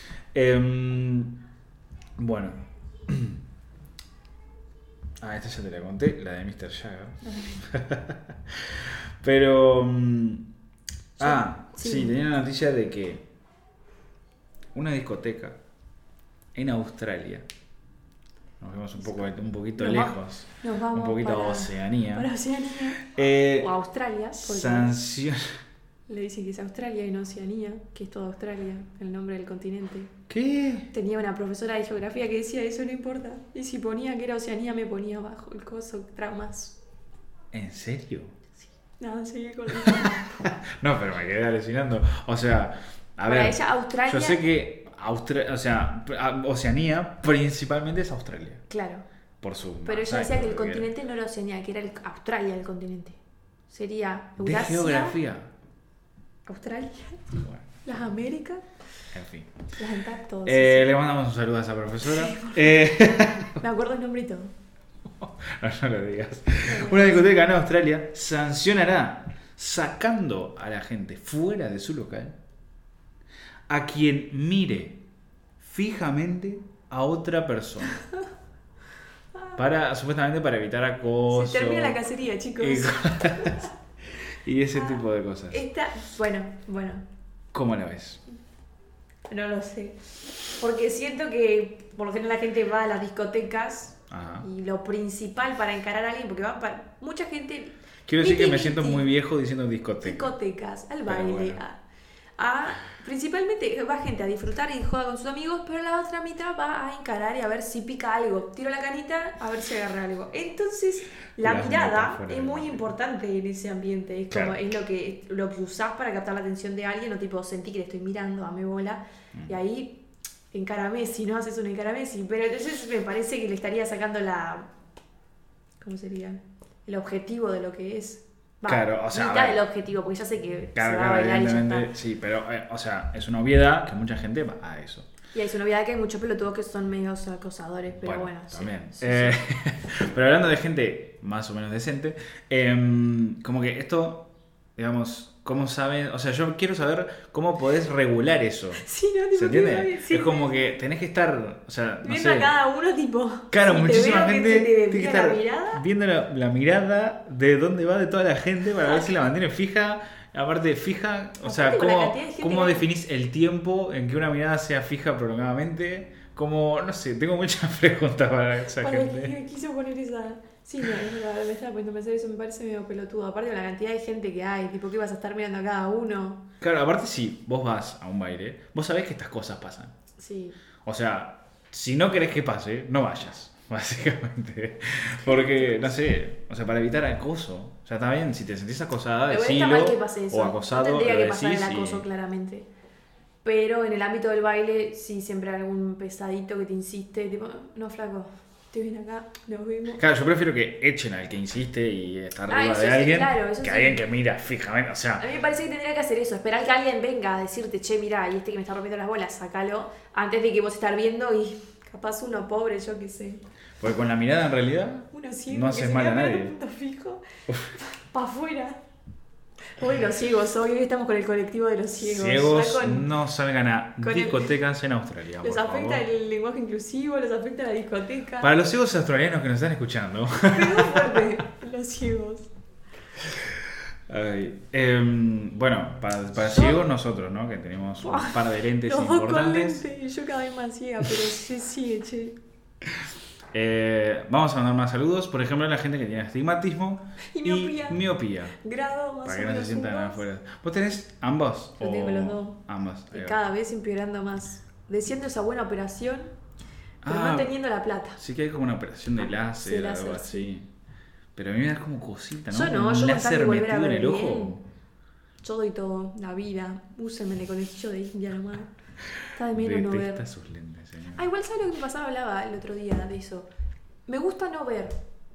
Bueno. Esta ya te la conté, la de Mr. Jagger. Pero... sí, tenía la noticia de que una discoteca en Australia, nos vemos un poquito lejos, un poquito a Oceanía. Para Oceanía. O Australia. Sanciona... Le dicen que es Australia y no Oceanía, que es toda Australia, el nombre del continente. ¿Qué? Tenía una profesora de geografía que decía eso no importa. Y si ponía que era Oceanía, me ponía abajo el coso, traumas. ¿En serio? Sí. Nada, seguía con No, pero me quedé alucinando. O sea, a ver. Ella, Australia... Yo sé que Oceanía principalmente es Australia. Claro. Por su... Pero ella decía que el continente no era Oceanía, que era Australia el continente. Sería Eurasia... De geografía. Australia, bueno. Las Américas, en fin. las Antártidas. Le mandamos un saludo a esa profesora. Me acuerdo el nombre y todo. No lo digas. Una discoteca en Australia sancionará sacando a la gente fuera de su local a quien mire fijamente a otra persona. Supuestamente para evitar acoso. Se termina la cacería, chicos. Y ese tipo de cosas. Bueno. ¿Cómo la ves? No lo sé. Porque siento que por lo general la gente va a las discotecas. Ajá. Y lo principal para encarar a alguien, porque mucha gente... Quiero decir que me siento muy viejo diciendo discoteca. Discotecas, al baile. Bueno. Principalmente va gente a disfrutar y juega con sus amigos, pero la otra mitad va a encarar y a ver si pica algo. Tiro la canita a ver si agarra algo. Entonces, la mirada es muy importante en ese ambiente. Es como es lo que usás para captar la atención de alguien, o tipo sentí que le estoy mirando, dame bola. Y ahí encarame si no haces un encarame, sí. Pero entonces me parece que le estaría sacando la... ¿Cómo sería? el objetivo de lo que es. Va, Claro, o sea, mitad del objetivo, porque ya sé que Claro, se va a bailar y ya evidentemente, está. sí, pero, o sea, es una obviedad que mucha gente va a eso. Y hay una novedad que hay muchos pelotudos que son medios acosadores, pero bueno, sí, también. sí, Pero hablando de gente más o menos decente, como que esto, digamos, ¿cómo saben? O sea, yo quiero saber cómo podés regular eso. Sí, no, tipo, ¿Se entiende? que sí, Es como que tenés que estar, o sea, no viendo sé. a cada uno, tipo. Claro, si te muchísima veo gente que se te tiene que desvía estar la mirada. viendo la mirada de dónde va de toda la gente para ver si la mantiene fija. Aparte, fija, o sea, Aparte, con la ¿cómo, cantidad de gente cómo que hay. definís el tiempo en que una mirada sea fija prolongadamente? Como, no sé, tengo muchas preguntas para esa Para gente. que quiso poner esa. Sí, no, es verdad, me estaba poniendo a pensar eso, me parece medio pelotudo. Aparte de la cantidad de gente que hay, tipo, ¿qué vas a estar mirando a cada uno? Claro, aparte, si vos vas a un baile, vos sabés que estas cosas pasan. Sí. O sea, si no querés que pase, no vayas, básicamente. Porque, no sé, o sea, para evitar acoso. O sea, está bien, si te sentís acosada, Pero decilo. está mal que pase eso. O acosado, No tendría lo que pasar el decís acoso, y- claramente. Pero en el ámbito del baile, sí, siempre hay algún pesadito que te insiste, tipo, no, flaco, te ven acá, nos vemos. Claro, yo prefiero que echen al que insiste y está arriba eso de sí, alguien claro, eso que sí. alguien que mira fijamente. O sea, A mí me parece que tendría que hacer eso, esperar que alguien venga a decirte, che, mira, y este que me está rompiendo las bolas, sácalo, antes de que vos estar viendo y capaz uno pobre, yo qué sé. porque con la mirada en realidad Uno ciego no que haces se mal a queda mirando nadie. un punto fijo, para afuera. Hoy los ciegos, hoy estamos con el colectivo de los ciegos. Ciegos Ya con- no salgan a con el- discotecas en Australia. los por afecta favor. el lenguaje inclusivo, los afecta la discoteca. Para los ciegos australianos que nos están escuchando. Pegó fuerte, los ciegos. Ay, bueno, para Yo- ciegos nosotros, ¿no? Que tenemos un par de lentes Los dos con importantes. lente y yo cada vez más ciega, pero sí, sí, che. Vamos a mandar más saludos. Por ejemplo, a la gente que tiene astigmatismo Y miopía. miopía. Grado más Para o que no se menos sientan uno. afuera. ¿Vos tenés ambos? Yo tengo los dos. Ambas. ahí Y va. cada vez empeorando más. Deseando esa buena operación, pero Ah, no teniendo la plata. Sí que hay como una operación de láser, sí, algo láser, así. Pero a mí me da como cosita, ¿no? Yo no, Un yo con tal láser de volver a metido en ver el bien. ojo. Yo doy todo, la vida. Úsenme de conejillo de India nomás. Está de menos no ver. Detesta sus lentes, señor. Ah, igual sabes lo que me pasaba, hablaba el otro día de eso. Me gusta no ver.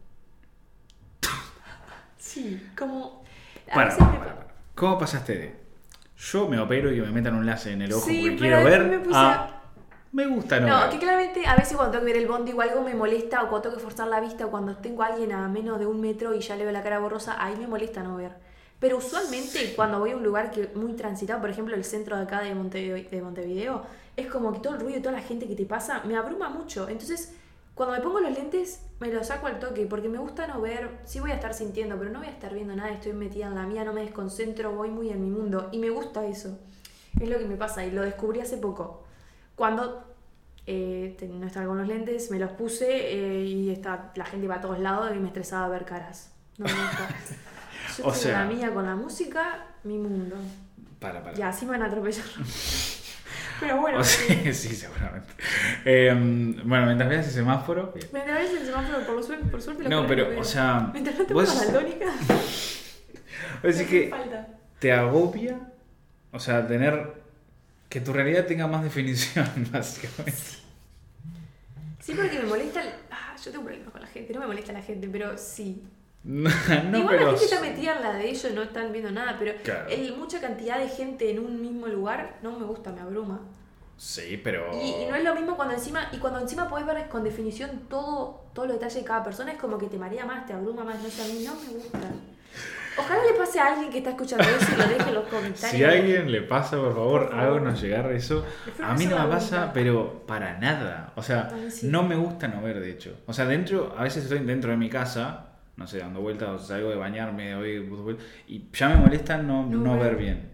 Sí, como. A Para, veces me para. ¿Cómo pasaste de yo me opero y que me metan un láser en el ojo Sí, porque pero quiero ver después me puse me gusta no, No, ver? que claramente a veces cuando tengo que ver el bondi o algo me molesta, o cuando tengo que forzar la vista, o cuando tengo a alguien a menos de 1 metro y ya le veo la cara borrosa, ahí me molesta no ver. Pero usualmente cuando voy a un lugar que muy transitado, por ejemplo el centro de acá de Montevideo, es como que todo el ruido y toda la gente que te pasa me abruma mucho. Entonces, cuando me pongo los lentes, me los saco al toque, porque me gusta no ver, sí voy a estar sintiendo, pero no voy a estar viendo nada, estoy metida en la mía, no me desconcentro, voy muy en mi mundo, y me gusta eso. Es lo que me pasa, y lo descubrí hace poco. Cuando no estaba con los lentes, me los puse y la gente iba a todos lados y me estresaba ver caras. No me gusta. Yo O estoy en sea- la mía con la música, mi mundo. Para. Y así me van a atropellar. Pero bueno, O sea, sí, seguramente. Bueno, mientras veas ese semáforo. Bien. me atravieso el semáforo por suerte lo No, que pero, veo. o sea, Mientras no te vos- pongas daltónica, vos decís no que hace falta. te agobia, o sea, que tu realidad tenga más definición, básicamente. Sí, porque me molesta yo tengo problemas con la gente, no me molesta la gente, pero sí. No, Igual pero la gente está metida en la de ellos, no están viendo nada, pero Claro. mucha cantidad de gente en un mismo lugar no me gusta, me abruma. Sí, pero Y no es lo mismo cuando encima podés ver con definición todos los detalles de cada persona, es como que te marea más, te abruma más, no sé, a mí no me gusta. Ojalá le pase a alguien que está escuchando eso y lo deje en los comentarios. Si a alguien le pasa, por favor, Por favor. háganos llegar eso. Espero A que mí sea no me la pasa, única. pero para nada. O sea, A mí sí. no me gusta no ver, de hecho. O sea, a veces estoy dentro de mi casa, no sé, dando vueltas, o salgo de bañarme, y ya me molesta no ver bien.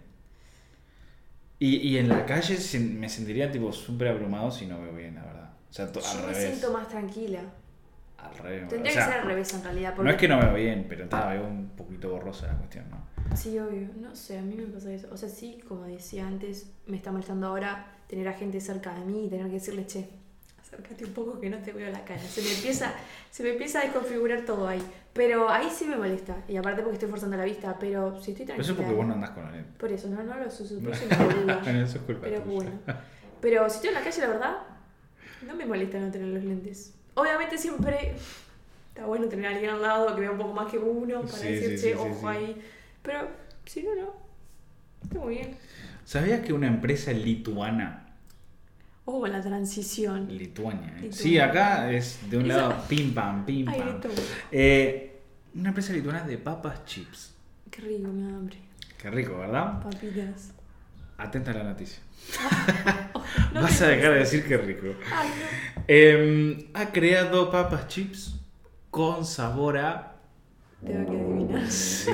Y en la calle me sentiría tipo súper abrumado si no veo bien, la verdad. O sea, Yo al me revés. siento más tranquila. Al revés. Tendría o sea, que ser al revés en realidad. no Porque... es que no veo bien, pero veo un poquito borrosa la cuestión, ¿no? Sí, obvio. No sé, a mí me pasa eso. O sea, sí, como decía antes, me está molestando ahora tener a gente cerca de mí y tener que decirle, che, acércate un poco que no te veo la cara. Se me empieza a desconfigurar todo ahí. Pero ahí sí me molesta. Y aparte porque estoy forzando la vista, pero si estoy tranquila. Eso es porque vos no andás con la lente. Por eso, no lo susurro, soy una boluda. Eso es culpa Pero tuya. bueno. Pero si estoy en la calle, la verdad, no me molesta no tener los lentes. Obviamente siempre Está bueno tener a alguien al lado que vea un poco más que uno para decirte, ojo sí. ahí. Pero si no, no. Está muy bien. ¿Sabías que una empresa lituana... Ojo con la transición. Lituania, ¿eh? Lituania. Sí, acá es de un lado pim pam. Ay, de todo. Una empresa lituana de papas chips. Qué rico, me da hambre. Qué rico, ¿verdad? Papitas. Atenta a la noticia. No Vas te a dejar de pensé. decir que rico. Ay, no. Ha creado papas chips con sabor a... Tengo que adivinar. Sí.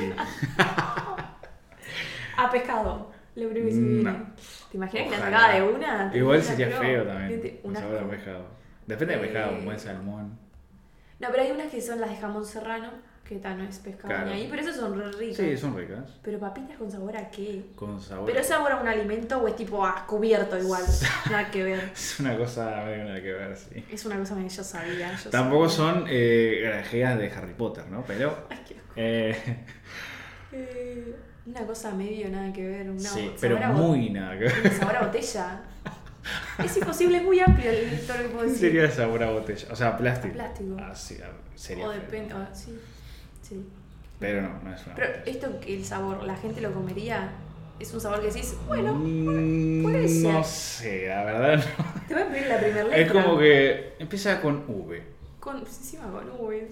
A pescado. Lo primero que se me viene. No. ¿Te imaginas que la Ojalá. sacaba de una? Igual Una sería pro. feo también. Vete, Con una sabor a pro. pescado. Depende de pescado, un buen salmón. No, pero hay unas que son las de jamón serrano, que tal no es pescado Claro. ni ahí, pero esas son re ricas. Sí, son ricas. Pero papitas con sabor a qué? Con sabor. ¿Pero es sabor a un alimento o es tipo cubierto igual? Nada que ver. Es una cosa medio nada que ver, sí. Es una cosa que yo sabía. Tampoco sabía. son grajeas de Harry Potter, ¿no? Pero... Ay, qué asco. eh, Una cosa medio nada que ver. Una sí, sabor pero a muy nada que ver. Un sabor a botella. Es imposible, es muy amplio todo lo que puedo decir. Sería sabor a botella, o sea, plástico. Plástico. Ah, sí, sería O feo. depende. Sí. Sí. Pero no es una Pero botella. esto que el sabor, la gente lo comería, es un sabor que decís, bueno, Mm, puede ser. no sé, la verdad no. te voy a pedir la primera letra. Es como que empieza con V. Encima con V.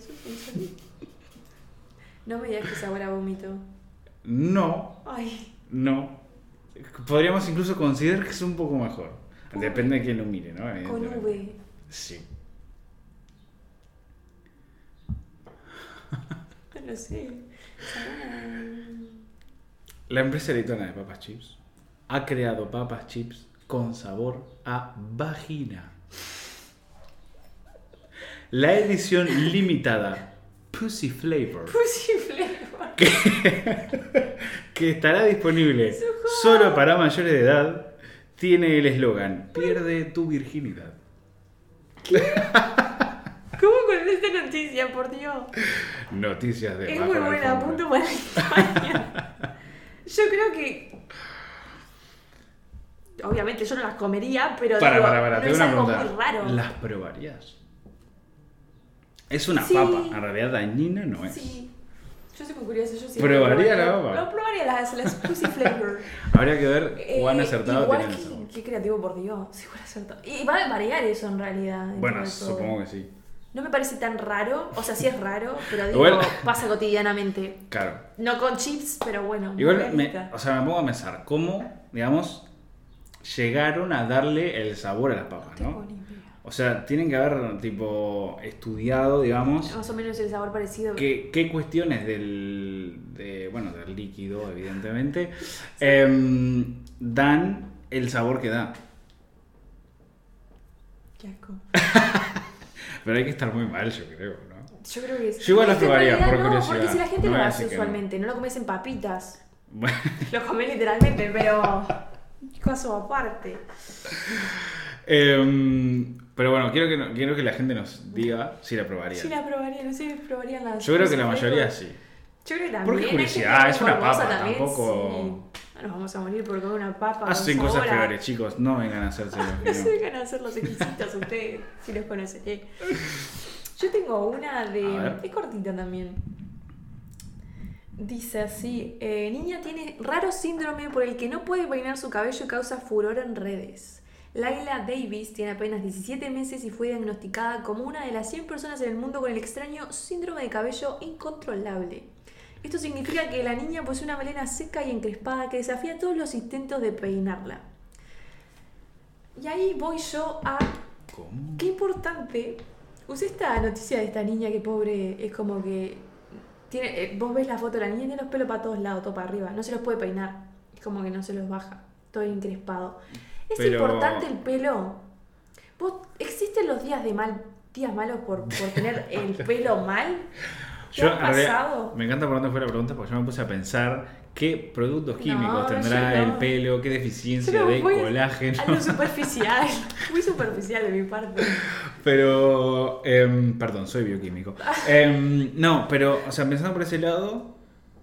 No me digas que sabor a vómito. No, Ay, no. Podríamos incluso considerar que es un poco mejor. Depende de quién lo mire, ¿no? con Evidentemente. V. Sí. No lo sé. La empresa lituana de papas chips ha creado papas chips con sabor a vagina. La edición limitada Pussy Flavor, Pussy flavor. que estará disponible solo para mayores de edad, tiene el eslogan: pierde tu virginidad. ¿Cómo con esta noticia, por Dios? Noticias de Es bajo muy la buena, alfombra. punto para España. Yo creo que. Obviamente yo no las comería, pero Para, no tengo es una algo pregunta. muy raro. ¿Las probarías? Es una Sí. papa, en realidad dañina no es. Sí. Yo soy muy curiosa, yo sí. ¿Probaría la papa? No, probaría las Pussy Flavor. Habría que ver cuán acertado igual tiene el sabor. qué creativo, por Dios. Sí, cuán acertado. Y va a variar eso en realidad. dentro Bueno, de todo. supongo que sí. No me parece tan raro. O sea, sí es raro, pero digo, Igual- pasa cotidianamente. Claro. No con chips, pero bueno. Igual, realista. o sea, me pongo a pensar cómo, digamos, llegaron a darle el sabor a las papas, Tengo ¿no? ni idea. O sea, tienen que haber, tipo, estudiado, digamos, Más o menos el sabor parecido. qué cuestiones del líquido, evidentemente, dan el sabor que da. Qué asco. Pero hay que estar muy mal, yo creo, ¿no? Yo creo que es. Yo igual las Es que en probaría, realidad por no, curiosidad. Porque si la gente No lo voy a hace decir que no. usualmente, no lo comes en papitas. Bueno, Lo comes literalmente, pero. Caso aparte. pero bueno, quiero que la gente nos diga si la probaría. Sí, la probaría, no sé si probarían las. Yo creo que la Pussy mayoría Flavor. sí. Yo creo que también. Porque hay gente curiosidad, muy es una morbosa papa, también, tampoco- sí. No nos vamos a morir por comer una papa. Hacen con cosas sabor a- peores, chicos. No vengan a hacerse los No que se vengan a hacer los exquisitos ustedes, si los conoceré. Yo tengo una A de. ver. Es cortita también. Dice así: niña tiene raro síndrome por el que no puede peinar su cabello y causa furor en redes. Laila Davis tiene apenas 17 meses y fue diagnosticada como una de las 100 personas en el mundo con el extraño síndrome de cabello incontrolable. Esto significa que la niña posee una melena seca y encrespada que desafía todos los intentos de peinarla. Y ahí voy yo a... ¿Cómo? Qué importante. Usé esta noticia de esta niña que pobre es como que... tiene, vos ves la foto de la niña y tiene los pelos para todos lados, todo para arriba. No se los puede peinar. Es como que no se los baja. Todo encrespado. ¿Es Pero- importante el pelo? ¿Existen los días malos por tener el pelo mal? ¿Qué Yo, ha en realidad, pasado? me encanta por dónde fue la pregunta porque yo me puse a pensar qué productos químicos No, tendrá yo no. el pelo, qué deficiencia Yo me de voy colágeno. A lo superficial. Muy superficial de mi parte. Pero, perdón, soy bioquímico. No, pero, o sea, pensando por ese lado,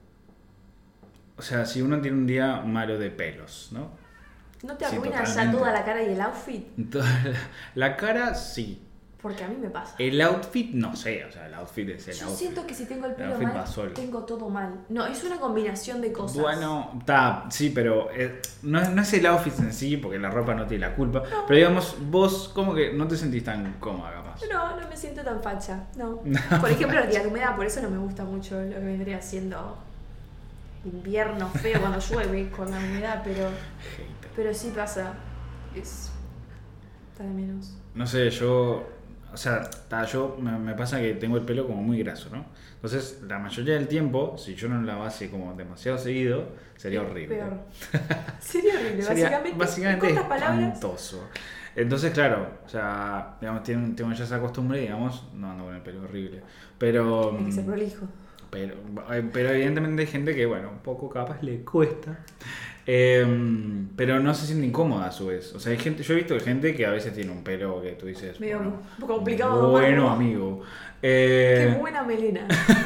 o sea, si uno tiene un día malo de pelos, ¿no? ¿No te Sí, arruinas ya totalmente. toda la cara y el outfit? Toda la cara, sí, Porque a mí me pasa. El outfit, no sé, o sea, el outfit es el Yo outfit. siento que si tengo el pelo outfit mal, va solo. tengo todo mal. No, es una combinación de cosas. Bueno, está, sí, pero no es el outfit en sí, porque la ropa no tiene la culpa. Pero digamos, vos como que no te sentís tan cómoda, capaz. No me siento tan facha, no. Por ejemplo, los días de humedad, por eso no me gusta mucho lo que vendría siendo invierno feo cuando llueve con la humedad, pero sí pasa. Está de menos. No sé, o sea, yo me pasa que tengo el pelo como muy graso, ¿no? Entonces, la mayoría del tiempo, si yo no lo lavase como demasiado seguido, sería horrible. Peor. Sería horrible, Sería básicamente en cortas palabras. espantoso. Entonces, claro, o sea, digamos, tengo ya esa costumbre, digamos, no ando con el pelo horrible. Pero. Hay que ser prolijo. Pero evidentemente hay gente que, bueno, un poco capaz le cuesta. Pero no se siente incómoda a su vez. O sea, yo he visto gente que a veces tiene un pelo que tú dices. Medio bueno, complicado. Bueno, amigo. Qué buena melena.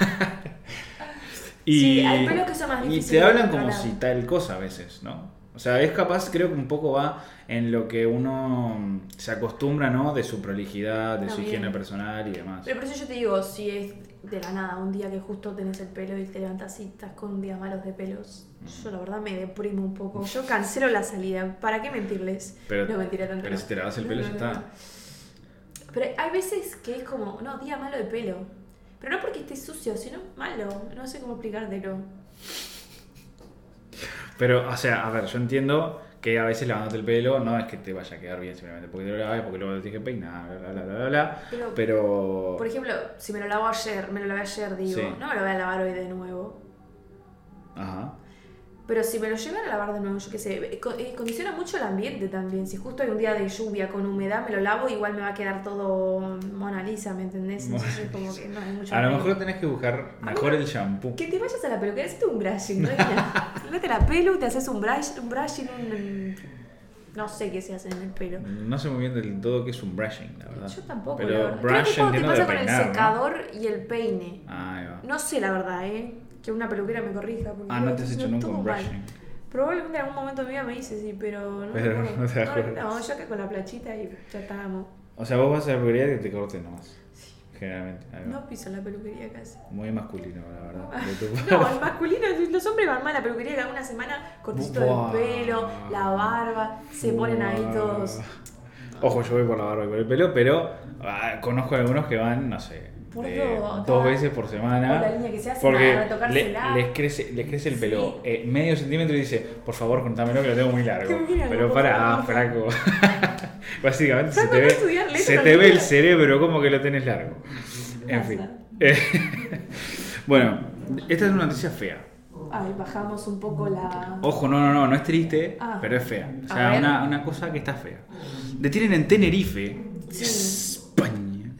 Sí, hay pelos que son más difíciles. Y te hablan como si tal cosa a veces, ¿no? O sea, es capaz, creo que un poco va en lo que uno se acostumbra, ¿no? De su prolijidad, de su higiene personal y demás. Pero por eso yo te digo, si es de la nada, un día que justo tenés el pelo y te levantas y estás con días malos de pelos, yo la verdad me deprimo un poco. Yo cancelo la salida. ¿Para qué mentirles? No mentiré tanto. Pero si te lavas el pelo ya está. Pero hay veces que es como, no, día malo de pelo. Pero no porque esté sucio, sino malo. No sé cómo explicártelo. Pero, o sea, a ver, yo entiendo que a veces lavándote el pelo no es que te vaya a quedar bien simplemente porque te lo laves, porque luego te tienes que peinar, bla. Pero... Por ejemplo, si me lo lavé ayer, digo, sí. no me lo voy a lavar hoy de nuevo. Ajá. Pero si me lo llevan a lavar de nuevo, yo qué sé, condiciona mucho el ambiente también. Si justo hay un día de lluvia con humedad, me lo lavo, igual me va a quedar todo Mona Lisa, ¿me entendés? Entonces como que no hay mucho. A lo mejor tenés que buscar mejor el shampoo. Que te vayas a la peluquería, hacete un brushing, ¿no? Llévate la pelo, te haces un brushing, no sé qué se hace en el pelo. No sé muy bien del todo qué es un brushing, la verdad. Yo tampoco, pero la verdad. brushing Creo que te pasa con peinar, el secador, ¿no? Y el peine. Ahí va. No sé la verdad, que una peluquera me corrija. No te has hecho nunca un brushing. Mal. Probablemente en algún momento de mi vida me hice, sí, pero no pero me no te acuerdas. No, yo acá con la planchita y ya estábamos. O sea, vos vas a la peluquería y te cortes nomás. Sí. Generalmente. No piso la peluquería casi. Muy masculino, la verdad. No, el masculino, los hombres van mal a la peluquería cada una semana, cortito del pelo, la barba, se ponen ahí todos. Ojo, yo voy por la barba y por el pelo, pero conozco algunos que van, no sé, dos veces por semana. La línea que se hace porque para retocársela. les crece el pelo medio centímetro y dice, por favor, cortámelo que lo tengo muy largo. Mira, pero flaco. Básicamente se te ve el cerebro como que lo tenés largo. En fin. Bueno, esta es una noticia fea. Ay, bajamos un poco la... Ojo, no es triste, pero es fea. O sea, una cosa que está fea. Detienen en Tenerife, España,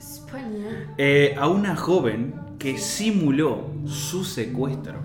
a una joven que simuló su secuestro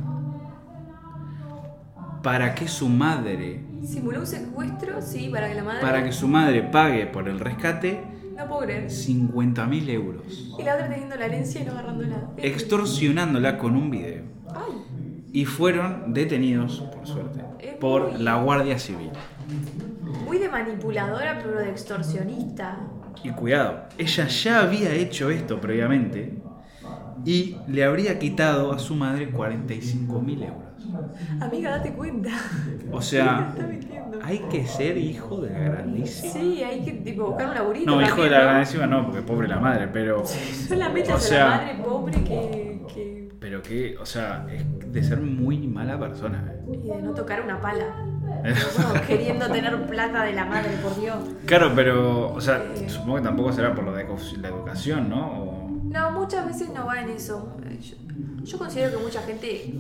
para que su madre... ¿Simuló un secuestro? Sí, para que la madre... Para que su madre pague por el rescate... No puedo creer. 50.000 euros. Y la otra teniendo la herencia y no agarrando nada. Extorsionándola con un video. Ay. Y fueron detenidos, por suerte, por la Guardia Civil. Muy de manipuladora, pero de extorsionista. Y cuidado, ella ya había hecho esto previamente y le habría quitado a su madre 45.000 euros. Amiga, date cuenta. O sea, hay que ser hijo de la grandísima. Sí, hay que buscar un laburito. No, hijo de la grandísima no, porque pobre la madre, pero... Solamente es la madre pobre que... Pero que, o sea, es de ser muy mala persona. Y de no tocar una pala. Bueno, queriendo tener plata de la madre, por Dios. Claro, pero, o sea, supongo que tampoco será por la educación, ¿no? No, muchas veces no va en eso. Yo considero que mucha gente...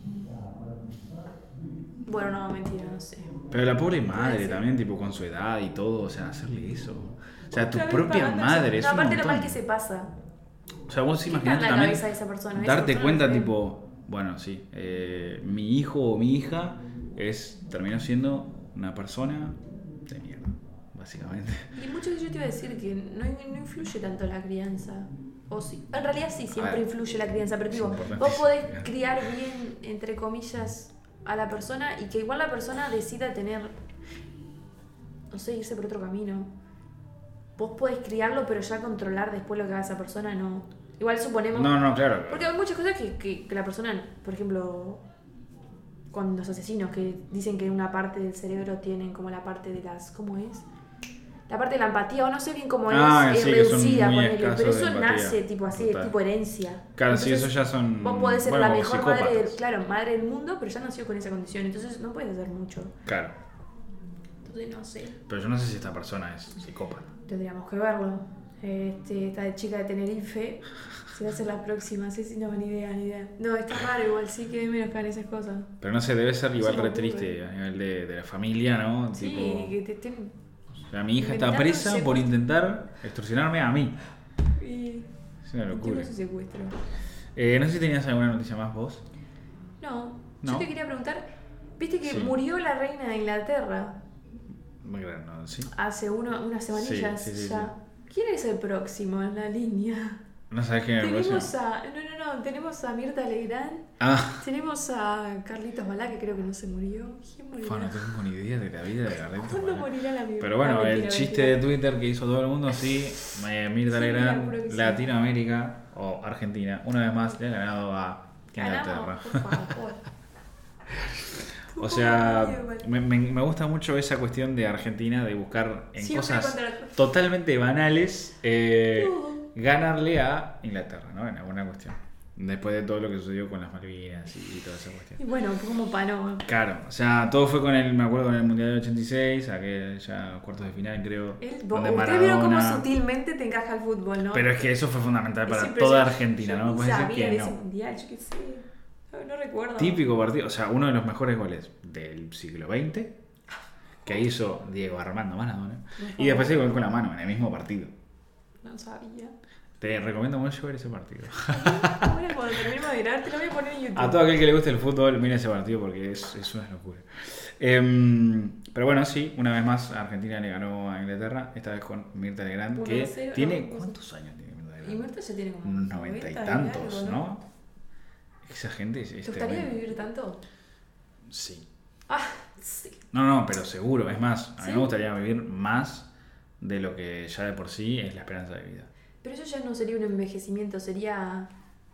Bueno, no, mentira, no sé. Pero la pobre madre también, tipo, con su edad y todo, o sea, hacerle eso. O sea, tu propia madre es un aparte montón. lo mal que se pasa. O sea, vos imaginate también darte cuenta, tipo, bueno, sí, mi hijo o mi hija terminó siendo una persona de mierda, básicamente. Y muchas veces yo te iba a decir que no influye tanto la crianza. O sí, en realidad sí, siempre influye la crianza, pero digo, vos podés criar bien, entre comillas, a la persona y que igual la persona decida tener, no sé, irse por otro camino. vos podés criarlo, pero ya controlar después lo que haga esa persona no. Igual suponemos. No, claro. Porque hay muchas cosas que la persona, por ejemplo, con los asesinos que dicen que una parte del cerebro tienen como la parte de las. ¿Cómo es? La parte de la empatía, o no sé bien cómo es sí, reducida, muy ponele, pero escasos de eso empatía. nace tipo así, Total. tipo herencia. Claro, Entonces, sí, eso ya son. Vos podés ser bueno, la mejor madre psicópatas. madre del mundo, pero ya nació con esa condición, entonces no puedes hacer mucho. Claro. Entonces no sé. Pero yo no sé si esta persona es psicópata. Tendríamos que verlo. Esta chica de Tenerife se va a hacer la próxima, sí, no, ni idea. No, está raro igual, sí que menos que hagan esas cosas. Pero no sé, debe ser No igual se me re ocurre. triste a nivel de la familia, ¿no? Sí, Tipo, que te estén. o sea, mi hija está inventando presa por secuestro. intentar extorsionarme a mí. Y... Es una locura. ese secuestro. No sé si tenías alguna noticia más vos. No, ¿No? yo te quería preguntar, viste que Sí. murió la reina de Inglaterra Muy grande, ¿no? ¿Sí? hace unas semanillas Sí, ya. ¿Quién es el próximo en la línea? ¿No sabés quién es el próximo? Tenemos a. No, tenemos a Mirta Legrand. Ah, Tenemos a Carlitos Balá, que creo que no se murió. ¿Quién morirá? no tengo ni idea de la vida de Carlitos ¿Cuándo Balá. morirá la Mirta? Pero bueno, Ah, el mentira, chiste mentira. de Twitter que hizo todo el mundo, sí, Mirta Sí, Legrand, mira, sí. Latinoamérica o Argentina, una vez más le ha ganado a Inglaterra. Ganamos, por favor. O sea, me gusta mucho esa cuestión de Argentina de buscar en Siempre cosas contra la- totalmente banales ganarle a Inglaterra, ¿no? En alguna cuestión. Después de todo lo que sucedió con las Malvinas y toda esa cuestión. Y bueno, como para no. Claro, o sea, todo fue me acuerdo con el Mundial del 86, aquel ya cuartos de final creo. donde Ustedes vieron cómo Maradona- sutilmente te encaja el fútbol, ¿no? Pero es que eso fue fundamental para Es toda impresionante. Argentina, Yo ¿no? Me ni puedes decir sabía que de ese no. mundial, yo qué sé. No recuerdo. Típico partido, o sea, uno de los mejores goles del siglo XX que hizo Diego Armando Maradona. Y después se gol con la mano en el mismo partido. No sabía. Te recomiendo mucho ver ese partido. Ahora cuando terminemos de grabar te lo voy a poner en YouTube. A todo aquel que le guste el fútbol, mira ese partido porque es una locura. Pero bueno, sí, una vez más Argentina le ganó a Inglaterra, esta vez con Mirta Legrand, 1-0, que tiene... no, ¿Cuántos años tiene Mirta Y Legrand? Mirta ya tiene como Unos 90 y 90 tantos, algo, ¿no? Esa gente es ¿Te gustaría tremenda. vivir tanto? Sí. Ah, sí. No, pero seguro. Es más, a mí ¿Sí? me gustaría vivir más de lo que ya de por sí es la esperanza de vida. Pero eso ya no sería un envejecimiento, sería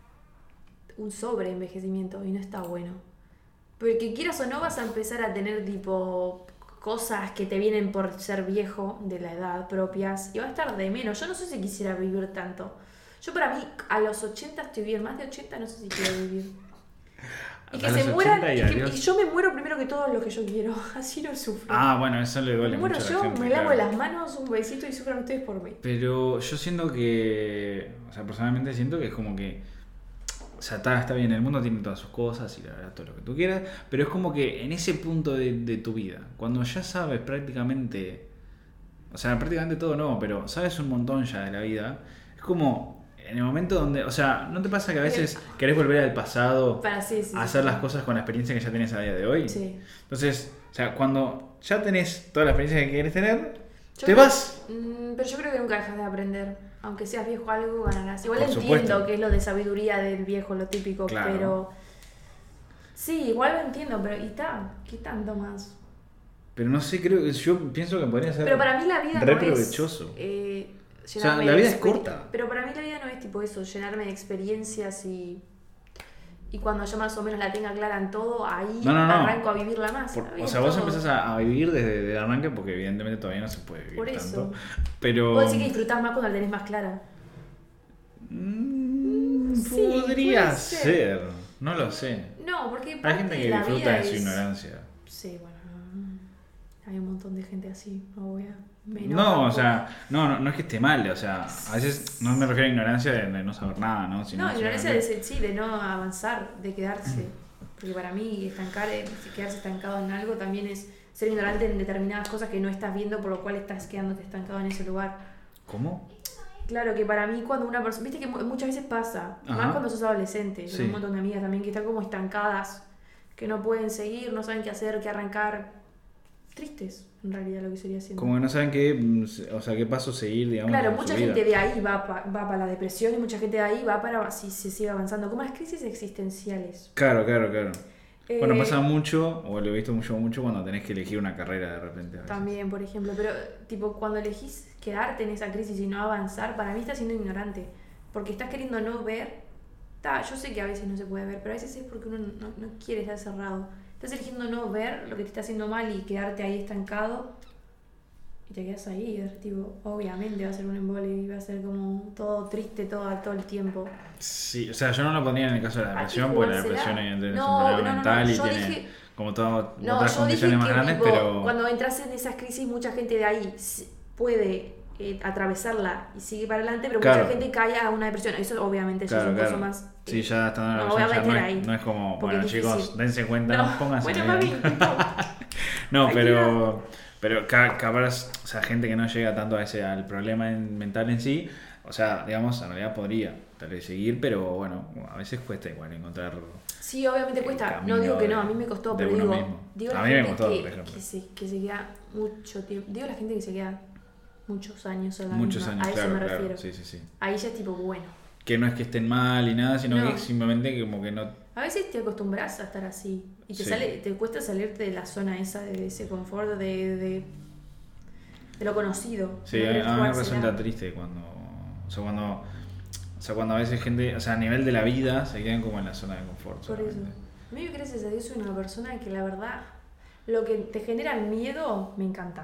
un sobreenvejecimiento y no está bueno. Porque quieras o no vas a empezar a tener tipo cosas que te vienen por ser viejo de la edad propias y va a estar de menos. Yo no sé si quisiera vivir tanto. Yo para mí a los 80 estoy bien, más de 80 no sé si quiero vivir. Y que A se los mueran, 80 y y adiós. yo me muero primero que todo lo que yo quiero, así no sufro. Ah, bueno, eso le me duele muero mucho a la yo, gente, me lavo claro. las manos, un besito y sufran ustedes por mí. Pero yo siento que, o sea, personalmente siento que es como que, o sea, está bien, el mundo tiene todas sus cosas y la verdad todo lo que tú quieras, pero es como que en ese punto de tu vida, cuando ya sabes prácticamente, o sea, prácticamente todo no, pero sabes un montón ya de la vida, es como en el momento donde, o sea, ¿no te pasa que a veces querés volver al pasado Para sí, a hacer las cosas con la experiencia que ya tenés a día de hoy? Sí. Entonces, o sea, cuando ya tenés toda la experiencia que quieres tener, Yo te creo- vas. Pero yo creo que nunca dejas de aprender. Aunque seas viejo algo, ganarás. Igual Por entiendo supuesto. que es lo de sabiduría del viejo, lo típico, Claro. pero... Sí, igual lo entiendo, pero ¿y ta? ¿Qué tanto más? Pero no sé, yo pienso que podría ser Pero para mí la vida re no provechoso. es... O sea, llenarme la de vida es exper- corta. Pero para mí la vida no es tipo eso, llenarme de experiencias y cuando yo más o menos la tenga clara en todo, ahí No. arranco a vivirla más. O Bien, sea, vos todo. empezás a vivir desde el arranque porque evidentemente todavía no se puede vivir Por eso. tanto. Pero... Vos decís que disfrutás más cuando la tenés más clara. Sí, podría puede ser. ser. No lo sé. No, porque Hay parte gente de que la disfruta vida de su es- ignorancia. Sí, bueno, hay un montón de gente así, no voy a... me No, enojo. o sea, no es que esté mal, o sea, a veces no me refiero a ignorancia de no saber nada, ¿no? Sino No, ignorancia simplemente- sí, de no avanzar, de quedarse. Porque para mí quedarse estancado en algo también es ser ignorante en determinadas cosas que no estás viendo, por lo cual estás quedándote estancado en ese lugar. ¿Cómo? Claro que para mí cuando una persona, viste que muchas veces pasa, Ajá. más cuando sos adolescente, Sí. tengo un montón de amigas también que están como estancadas, que no pueden seguir, no saben qué hacer, qué arrancar, tristes en realidad lo que sería haciendo. Como que no saben qué, o sea, qué paso seguir, digamos. Claro, en su mucha vida. gente de ahí va para la depresión y mucha gente de ahí va para si se sigue avanzando, como las crisis existenciales. Claro. Bueno, pasa mucho, o lo he visto mucho cuando tenés que elegir una carrera de repente. A veces. También, por ejemplo, pero tipo cuando elegís quedarte en esa crisis y no avanzar, para mí estás siendo ignorante, porque estás queriendo no ver. Yo sé que a veces no se puede ver, pero a veces es porque uno no quiere estar cerrado. Estás eligiendo no ver lo que te está haciendo mal y quedarte ahí estancado y te quedas ahí, y es tipo, obviamente va a ser un embole y va a ser como todo triste todo el tiempo. Sí, o sea, yo no lo pondría en el caso de la Hay que depresión, porque la jugársela. depresión evidentemente es un No, problema mental y yo tiene dije, como todas no, otras yo dije condiciones más que grandes, tipo, pero... cuando entras en esas crisis, mucha gente de ahí puede atravesarla y sigue para adelante, pero Claro. mucha gente cae a una depresión. Eso obviamente ya es un poco más... Sí, ya estando en la no voy a depresión ya meter ahí, no es como, porque bueno es chicos, difícil. dense cuenta, No, pónganse bueno, bien. mami, tipo, No, tranquila. pero capaz, o sea, gente que no llega tanto al problema mental en sí, o sea, digamos, en realidad podría tal vez seguir, pero bueno, a veces cuesta igual encontrar... Sí, obviamente el cuesta. camino No digo que de- no, a mí me costó, de pero uno digo, mismo. digo A la mí me gente costó, que, por ejemplo. que se queda mucho tiempo. Digo la gente que se queda muchos años en la Muchos misma. años, A eso claro, me claro, refiero. sí. Ahí ya es tipo, bueno. Que no es que estén mal y nada, sino No. que simplemente como que no... A veces te acostumbras a estar así y te Sí. te cuesta salirte de la zona esa, de ese confort, de lo conocido. Sí, de no querer a mí me jugársela. resulta triste cuando a veces gente, o sea, a nivel de la vida se quedan como en la zona de confort. Por eso. solamente. A mí, gracias a Dios, soy una persona que la verdad, lo que te genera miedo, me encanta.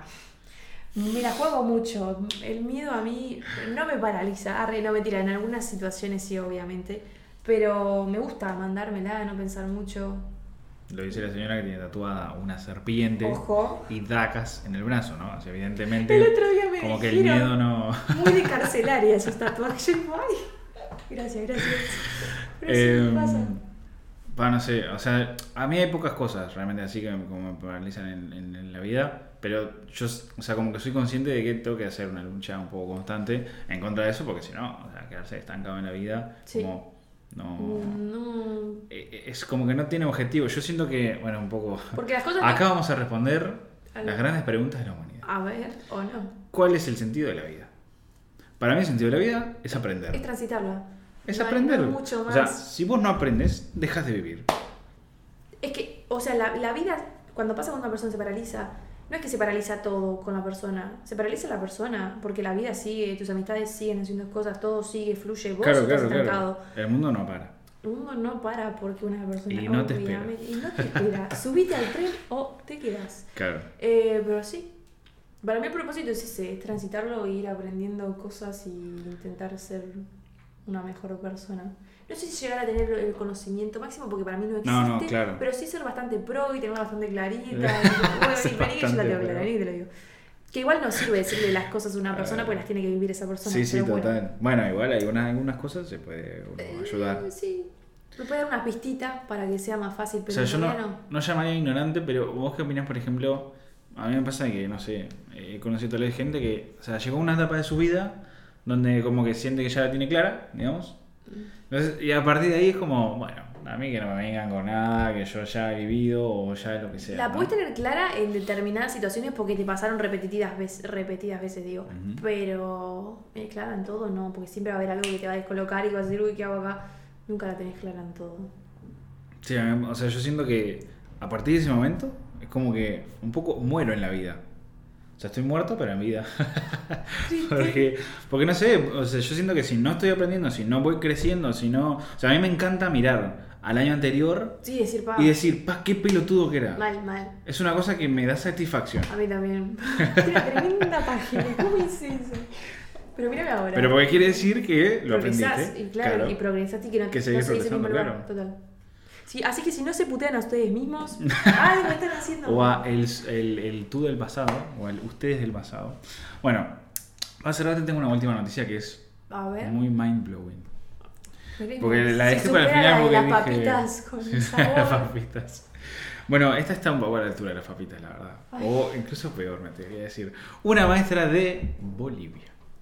Me la juego mucho. El miedo a mí no me paraliza. No, mentira, en algunas situaciones sí, obviamente. Pero me gusta mandármela, no pensar mucho. Lo dice la señora que tiene tatuada una serpiente Ojo. y dacas en el brazo, ¿no? O sea, El evidentemente, otro día me como que el dijeron, miedo no... muy de carcelaria esos tatuajes. Yo digo, ay, gracias. Pero sí me pasa. No sé, o sea, a mí hay pocas cosas realmente así que como me paralizan en la vida, pero yo, o sea, como que soy consciente de que tengo que hacer una lucha un poco constante en contra de eso, porque si no, o sea, quedarse estancado en la vida, Sí. como no... No. Es como que no tiene objetivo. Yo siento que, bueno, un poco... Porque las cosas. Acá vamos a responder A las ver. grandes preguntas de la humanidad. A ver, o no. ¿Cuál es el sentido de la vida? Para mí el sentido de la vida es aprender. Es transitarla. Es No hay- aprender. no hay mucho O sea, más. si vos no aprendes, dejas de vivir. Es que, o sea, la vida, cuando pasa cuando una persona se paraliza, no es que se paraliza todo con la persona, se paraliza la persona, porque la vida sigue, tus amistades siguen haciendo cosas, todo sigue, fluye, vos estás estancado. El mundo no para. El mundo no para porque una persona... Y no te espera. obviamente, y no te espera. Subite al tren o te quedas. Claro. Pero sí, para mí el propósito es ese, es transitarlo e ir aprendiendo cosas y intentar ser una mejor persona. No sé si llegar a tener el conocimiento máximo, porque para mí no existe, No, claro. pero sí ser bastante pro y tenerla bastante clarita. Bueno, Ser y vení que yo la bastante tengo pro. clara, vení que te lo digo. Que igual no sirve decirle las cosas a una persona porque las tiene que vivir esa persona. Sí, pero bueno. total. Bueno, igual hay algunas cosas se puede uno ayudar. Sí. Me puede dar una pistita para que sea más fácil, O pero sea, yo en realidad no llamaría ignorante, pero vos qué opinás, por ejemplo, a mí me pasa que, no sé, he conocido tal vez gente que, o sea, llegó a una etapa de su vida donde como que siente que ya la tiene clara, digamos. Entonces, y a partir de ahí es como, bueno, a mí que no me vengan con nada, que yo ya he vivido o ya lo que sea. La ¿no? puedes tener clara en determinadas situaciones porque te pasaron repetidas veces digo. Ujú. Pero clara en todo no, porque siempre va a haber algo que te va a descolocar y vas a decir, uy, ¿qué hago acá? Nunca la tenés clara en todo. Sí, o sea, yo siento que a partir de ese momento es como que un poco muero en la vida. O sea, estoy muerto, pero en vida. porque no sé, o sea, yo siento que si no estoy aprendiendo, si no voy creciendo, si no... O sea, a mí me encanta mirar al año anterior Sí, decir, pa, y decir, pa, qué pelotudo que era. mal. Es una cosa que me da satisfacción. A mí también. Una tremenda página, ¿cómo hice eso? Pero mírame ahora. Pero porque quiere decir que lo Progresás, aprendiste. y claro, y progresaste y que no Que no seguís seguís en el mismo progresando, lugar. Total. Sí, así que si no se putean a ustedes mismos, ¡ay, lo están haciendo! O a el tú del pasado, o el ustedes del pasado. Bueno, para cerrar tengo una última noticia que es A ver. muy mind blowing. Veremos. Porque la Si dejé para el supera final la de porque las dije... papitas con Sí, sabor. las papitas. Bueno, esta está un poco a la altura de las papitas, la verdad. Ay. O incluso peor, me atrevería a decir. Una maestra de Bolivia.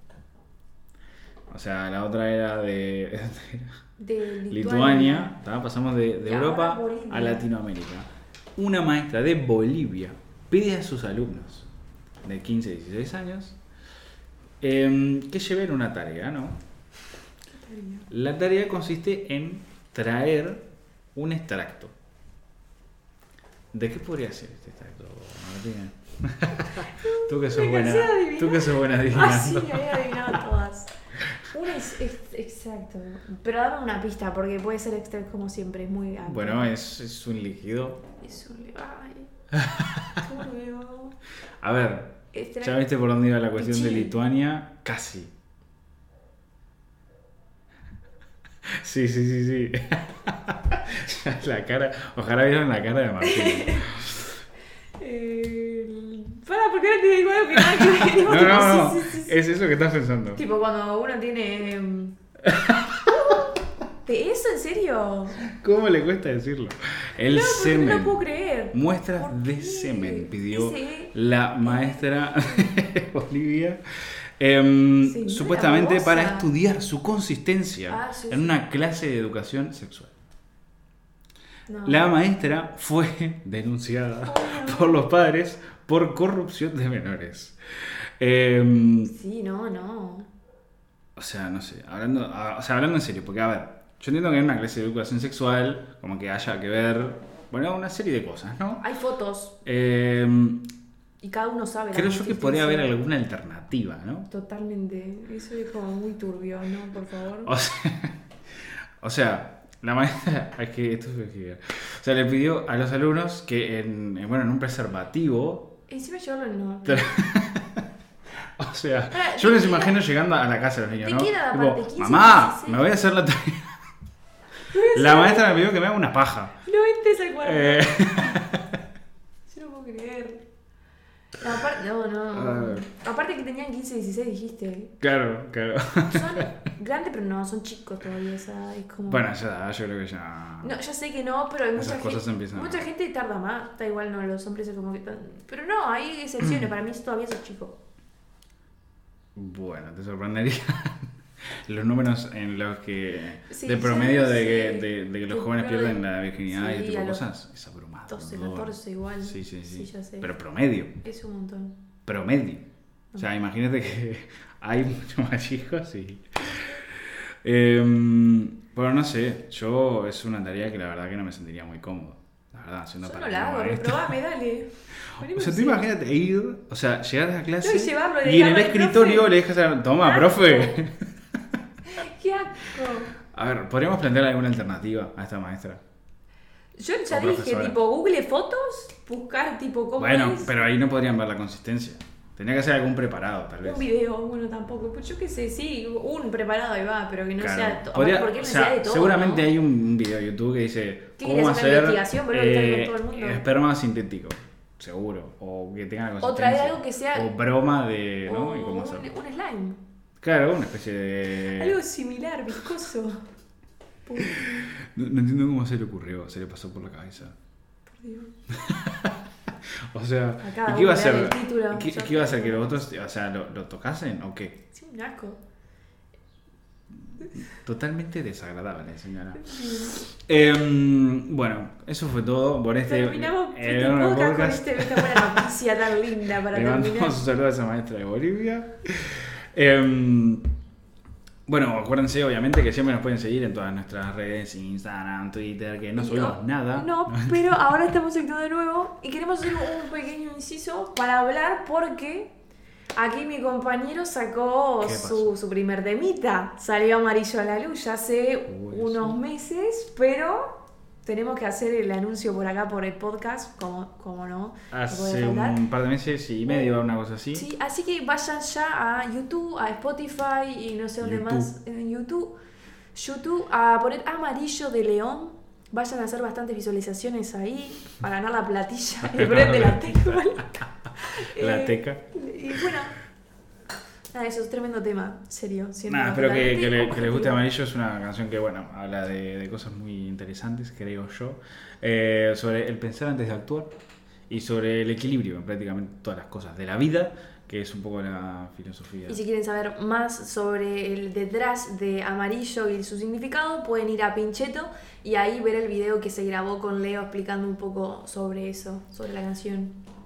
O sea, la otra era de De Lituania. ¿tá? Pasamos de Y Europa ahora Bolivia. a Latinoamérica. Una maestra de Bolivia pide a sus alumnos de 15 y 16 años que lleven una tarea, ¿no? La tarea consiste en traer un extracto ¿De qué podría ser este tacto, Martina? Tú que sos Me buena. cansé de adivinar. Tú que sos buena Ah, sí, adivinando. había adivinado todas. Una es exacto. Pero dame una pista, porque puede ser extra como siempre, es muy amplio. Bueno, es un líquido. Es un... Ay, turbio. A ver, Extra- ¿ya viste por dónde iba la cuestión de Pichín. Lituania? Casi. Sí. La cara, ojalá vieran la cara de Martín. ¿Por qué no te digo algo que nada que ver? Tipo, No. sí. Es eso que estás pensando. Tipo cuando uno tiene... ¿De eso en serio? ¿Cómo le cuesta decirlo? El No, porque semen. no lo puedo creer. Muestras ¿Por de qué? semen pidió Ese- la maestra de Bolivia. Señora Supuestamente babosa. para estudiar su consistencia Ah, sí, en sí. una clase de educación sexual. No. La maestra fue denunciada Oh, no. por los padres por corrupción de menores. Sí, no. O sea, no sé, hablando en serio, porque a ver, yo entiendo que en una clase de educación sexual, como que haya que ver, bueno, una serie de cosas, ¿no? Hay fotos Em, y cada uno sabe. la creo yo que podría haber consistencia. alguna alternativa, ¿no? Totalmente. Eso es como muy turbio, ¿no? Por favor. O sea, la maestra, es que esto es genial. O sea, le pidió a los alumnos que en un preservativo, Encima llevarlo en no. o sea, Pará, yo te les queda- imagino llegando a la casa de los niños, te ¿no? queda Tipo, aparte 15, mamá, 16. me voy a hacer la tarea. La maestra me pidió que me haga una paja. No entres al cuarto. Eh, Yo no puedo creer. No. Aparte que tenían 15, 16, dijiste. claro. Son grandes, pero no, son chicos todavía. O sea, es como... Bueno, ya, yo creo que ya. No, ya sé que no, pero hay Esas cosas empiezan a- mucha gente tarda más. Está igual, no, los hombres es como que tan... Pero no, hay excepciones. Para mí todavía sos chico. Bueno, te sorprendería los números en los que Sí, de promedio sí, de sí. que los Que jóvenes pierden- pierden la virginidad y sí, ese tipo a de los cosas. Es abrumador. 12, 14 igual. Sí, Sí, ya sé. Pero promedio. Es un montón. Promedio. O sea, imagínate que hay muchos más chicos y... bueno, no sé. Yo es una tarea que la verdad que no me sentiría muy cómodo. La verdad, haciendo Yo para no la hago, reprobame, dale. O sea, tú imagínate ir, o sea, llegar a la clase No, y llevarlo, y en el dejarlo al escritorio profe. le dejas a... Toma, profe. ¡Qué asco! A ver, podríamos plantear alguna alternativa a esta maestra. Yo ya O dije, profesora. tipo, Google Fotos, buscar, tipo, cómo Bueno, es. pero ahí no podrían ver la consistencia. Tenía que ser algún preparado, tal vez. Un video, bueno, tampoco. Pues yo qué sé, sí, un preparado ahí va, pero que no Claro. sea... Podría- porque o necesidad sea, de todo, seguramente ¿no? hay un video de YouTube que dice ¿Qué cómo querés hacer una hacer investigación? Pero está con todo el mundo. esperma sintético, seguro. O que tenga la O traer consistencia. algo que sea- O broma de... ¿no? O Y cómo un hacerlo. slime. Claro, una especie de... Algo similar, viscoso. Por No entiendo cómo se le ocurrió, se le pasó por la cabeza. Dios. O sea, A cada ¿y qué iba a uno le dan hacer? el título. ¿Qué, Yo qué iba a hacer? sé. ¿Que los otros, o sea, lo tocasen o qué? Sí, un asco. Totalmente desagradable, señora. Bueno, eso fue todo por este Terminamos este enorme podcast con esta buena noticia tan linda para Le terminar. mandamos un saludo a esa maestra de Bolivia. Bueno, acuérdense obviamente que siempre nos pueden seguir en todas nuestras redes, Instagram, Twitter, que no subimos nada. No, pero ahora estamos actuando de nuevo y queremos hacer un pequeño inciso para hablar porque aquí mi compañero sacó ¿Qué pasó? su primer temita. Salió Amarillo a la Luz ya hace Uy, unos sí. meses, pero tenemos que hacer el anuncio por acá por el podcast, como no. no puede Hace faltar. un par de meses y medio, una cosa así. Sí, así que vayan ya a YouTube, a Spotify y no sé dónde YouTube. más. En YouTube a poner Amarillo de León. Vayan a hacer bastantes visualizaciones ahí para ganar la platilla. El premio de la teca. La teca. Y bueno, nada, eso es tremendo tema, serio. siendo Nada, espero que totalmente les guste objetivo. Amarillo. Es una canción que, bueno, habla de cosas muy interesantes, creo yo. Sobre el pensar antes de actuar y sobre el equilibrio en prácticamente todas las cosas de la vida, que es un poco la filosofía. Y si quieren saber más sobre el detrás de Amarillo y su significado, pueden ir a Pincheto y ahí ver el video que se grabó con Leo explicando un poco sobre eso, sobre la canción.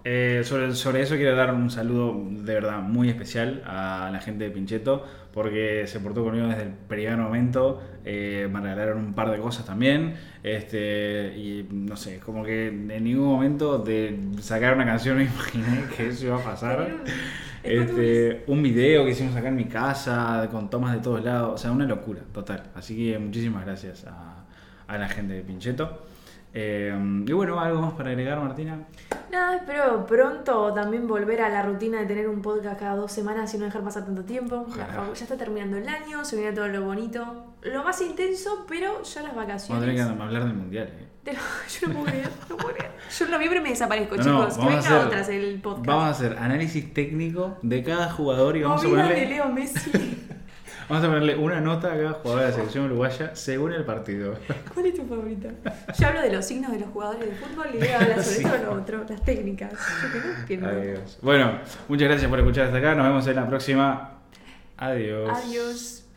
Sobre eso quiero dar un saludo de verdad muy especial a la gente de Pincheto, porque se portó conmigo desde el primer momento. Me regalaron un par de cosas también, y no sé, como que en ningún momento de sacar una canción me imaginé que eso iba a pasar. Un video que hicimos acá en mi casa con tomas de todos lados, o sea, una locura total. Así que muchísimas gracias a la gente de Pincheto. Y bueno, ¿algo más para agregar, Martina? Nada, espero pronto también volver a la rutina de tener un podcast cada 2 semanas y no dejar pasar tanto tiempo. Ojalá. Ya está terminando el año, se viene todo lo bonito, lo más intenso, pero ya las Vamos a vacaciones. tener que hablar del mundial. Yo no puedo creer, no puedo creer. Yo en noviembre me desaparezco, No, chicos. Que vamos a venga hacer- otras el podcast. Vamos a hacer análisis técnico de cada jugador y vamos a Movida de ponerle, Leo Messi. vamos a ponerle una nota a cada jugador de la selección uruguaya según el partido. ¿Cuál es tu favorita? Yo hablo de los signos de los jugadores de fútbol y Leo habla sobre Sí. todo lo otro, las técnicas. Yo que no entiendo. Adiós. Bueno, muchas gracias por escuchar hasta acá. Nos vemos en la próxima. Adiós. Adiós.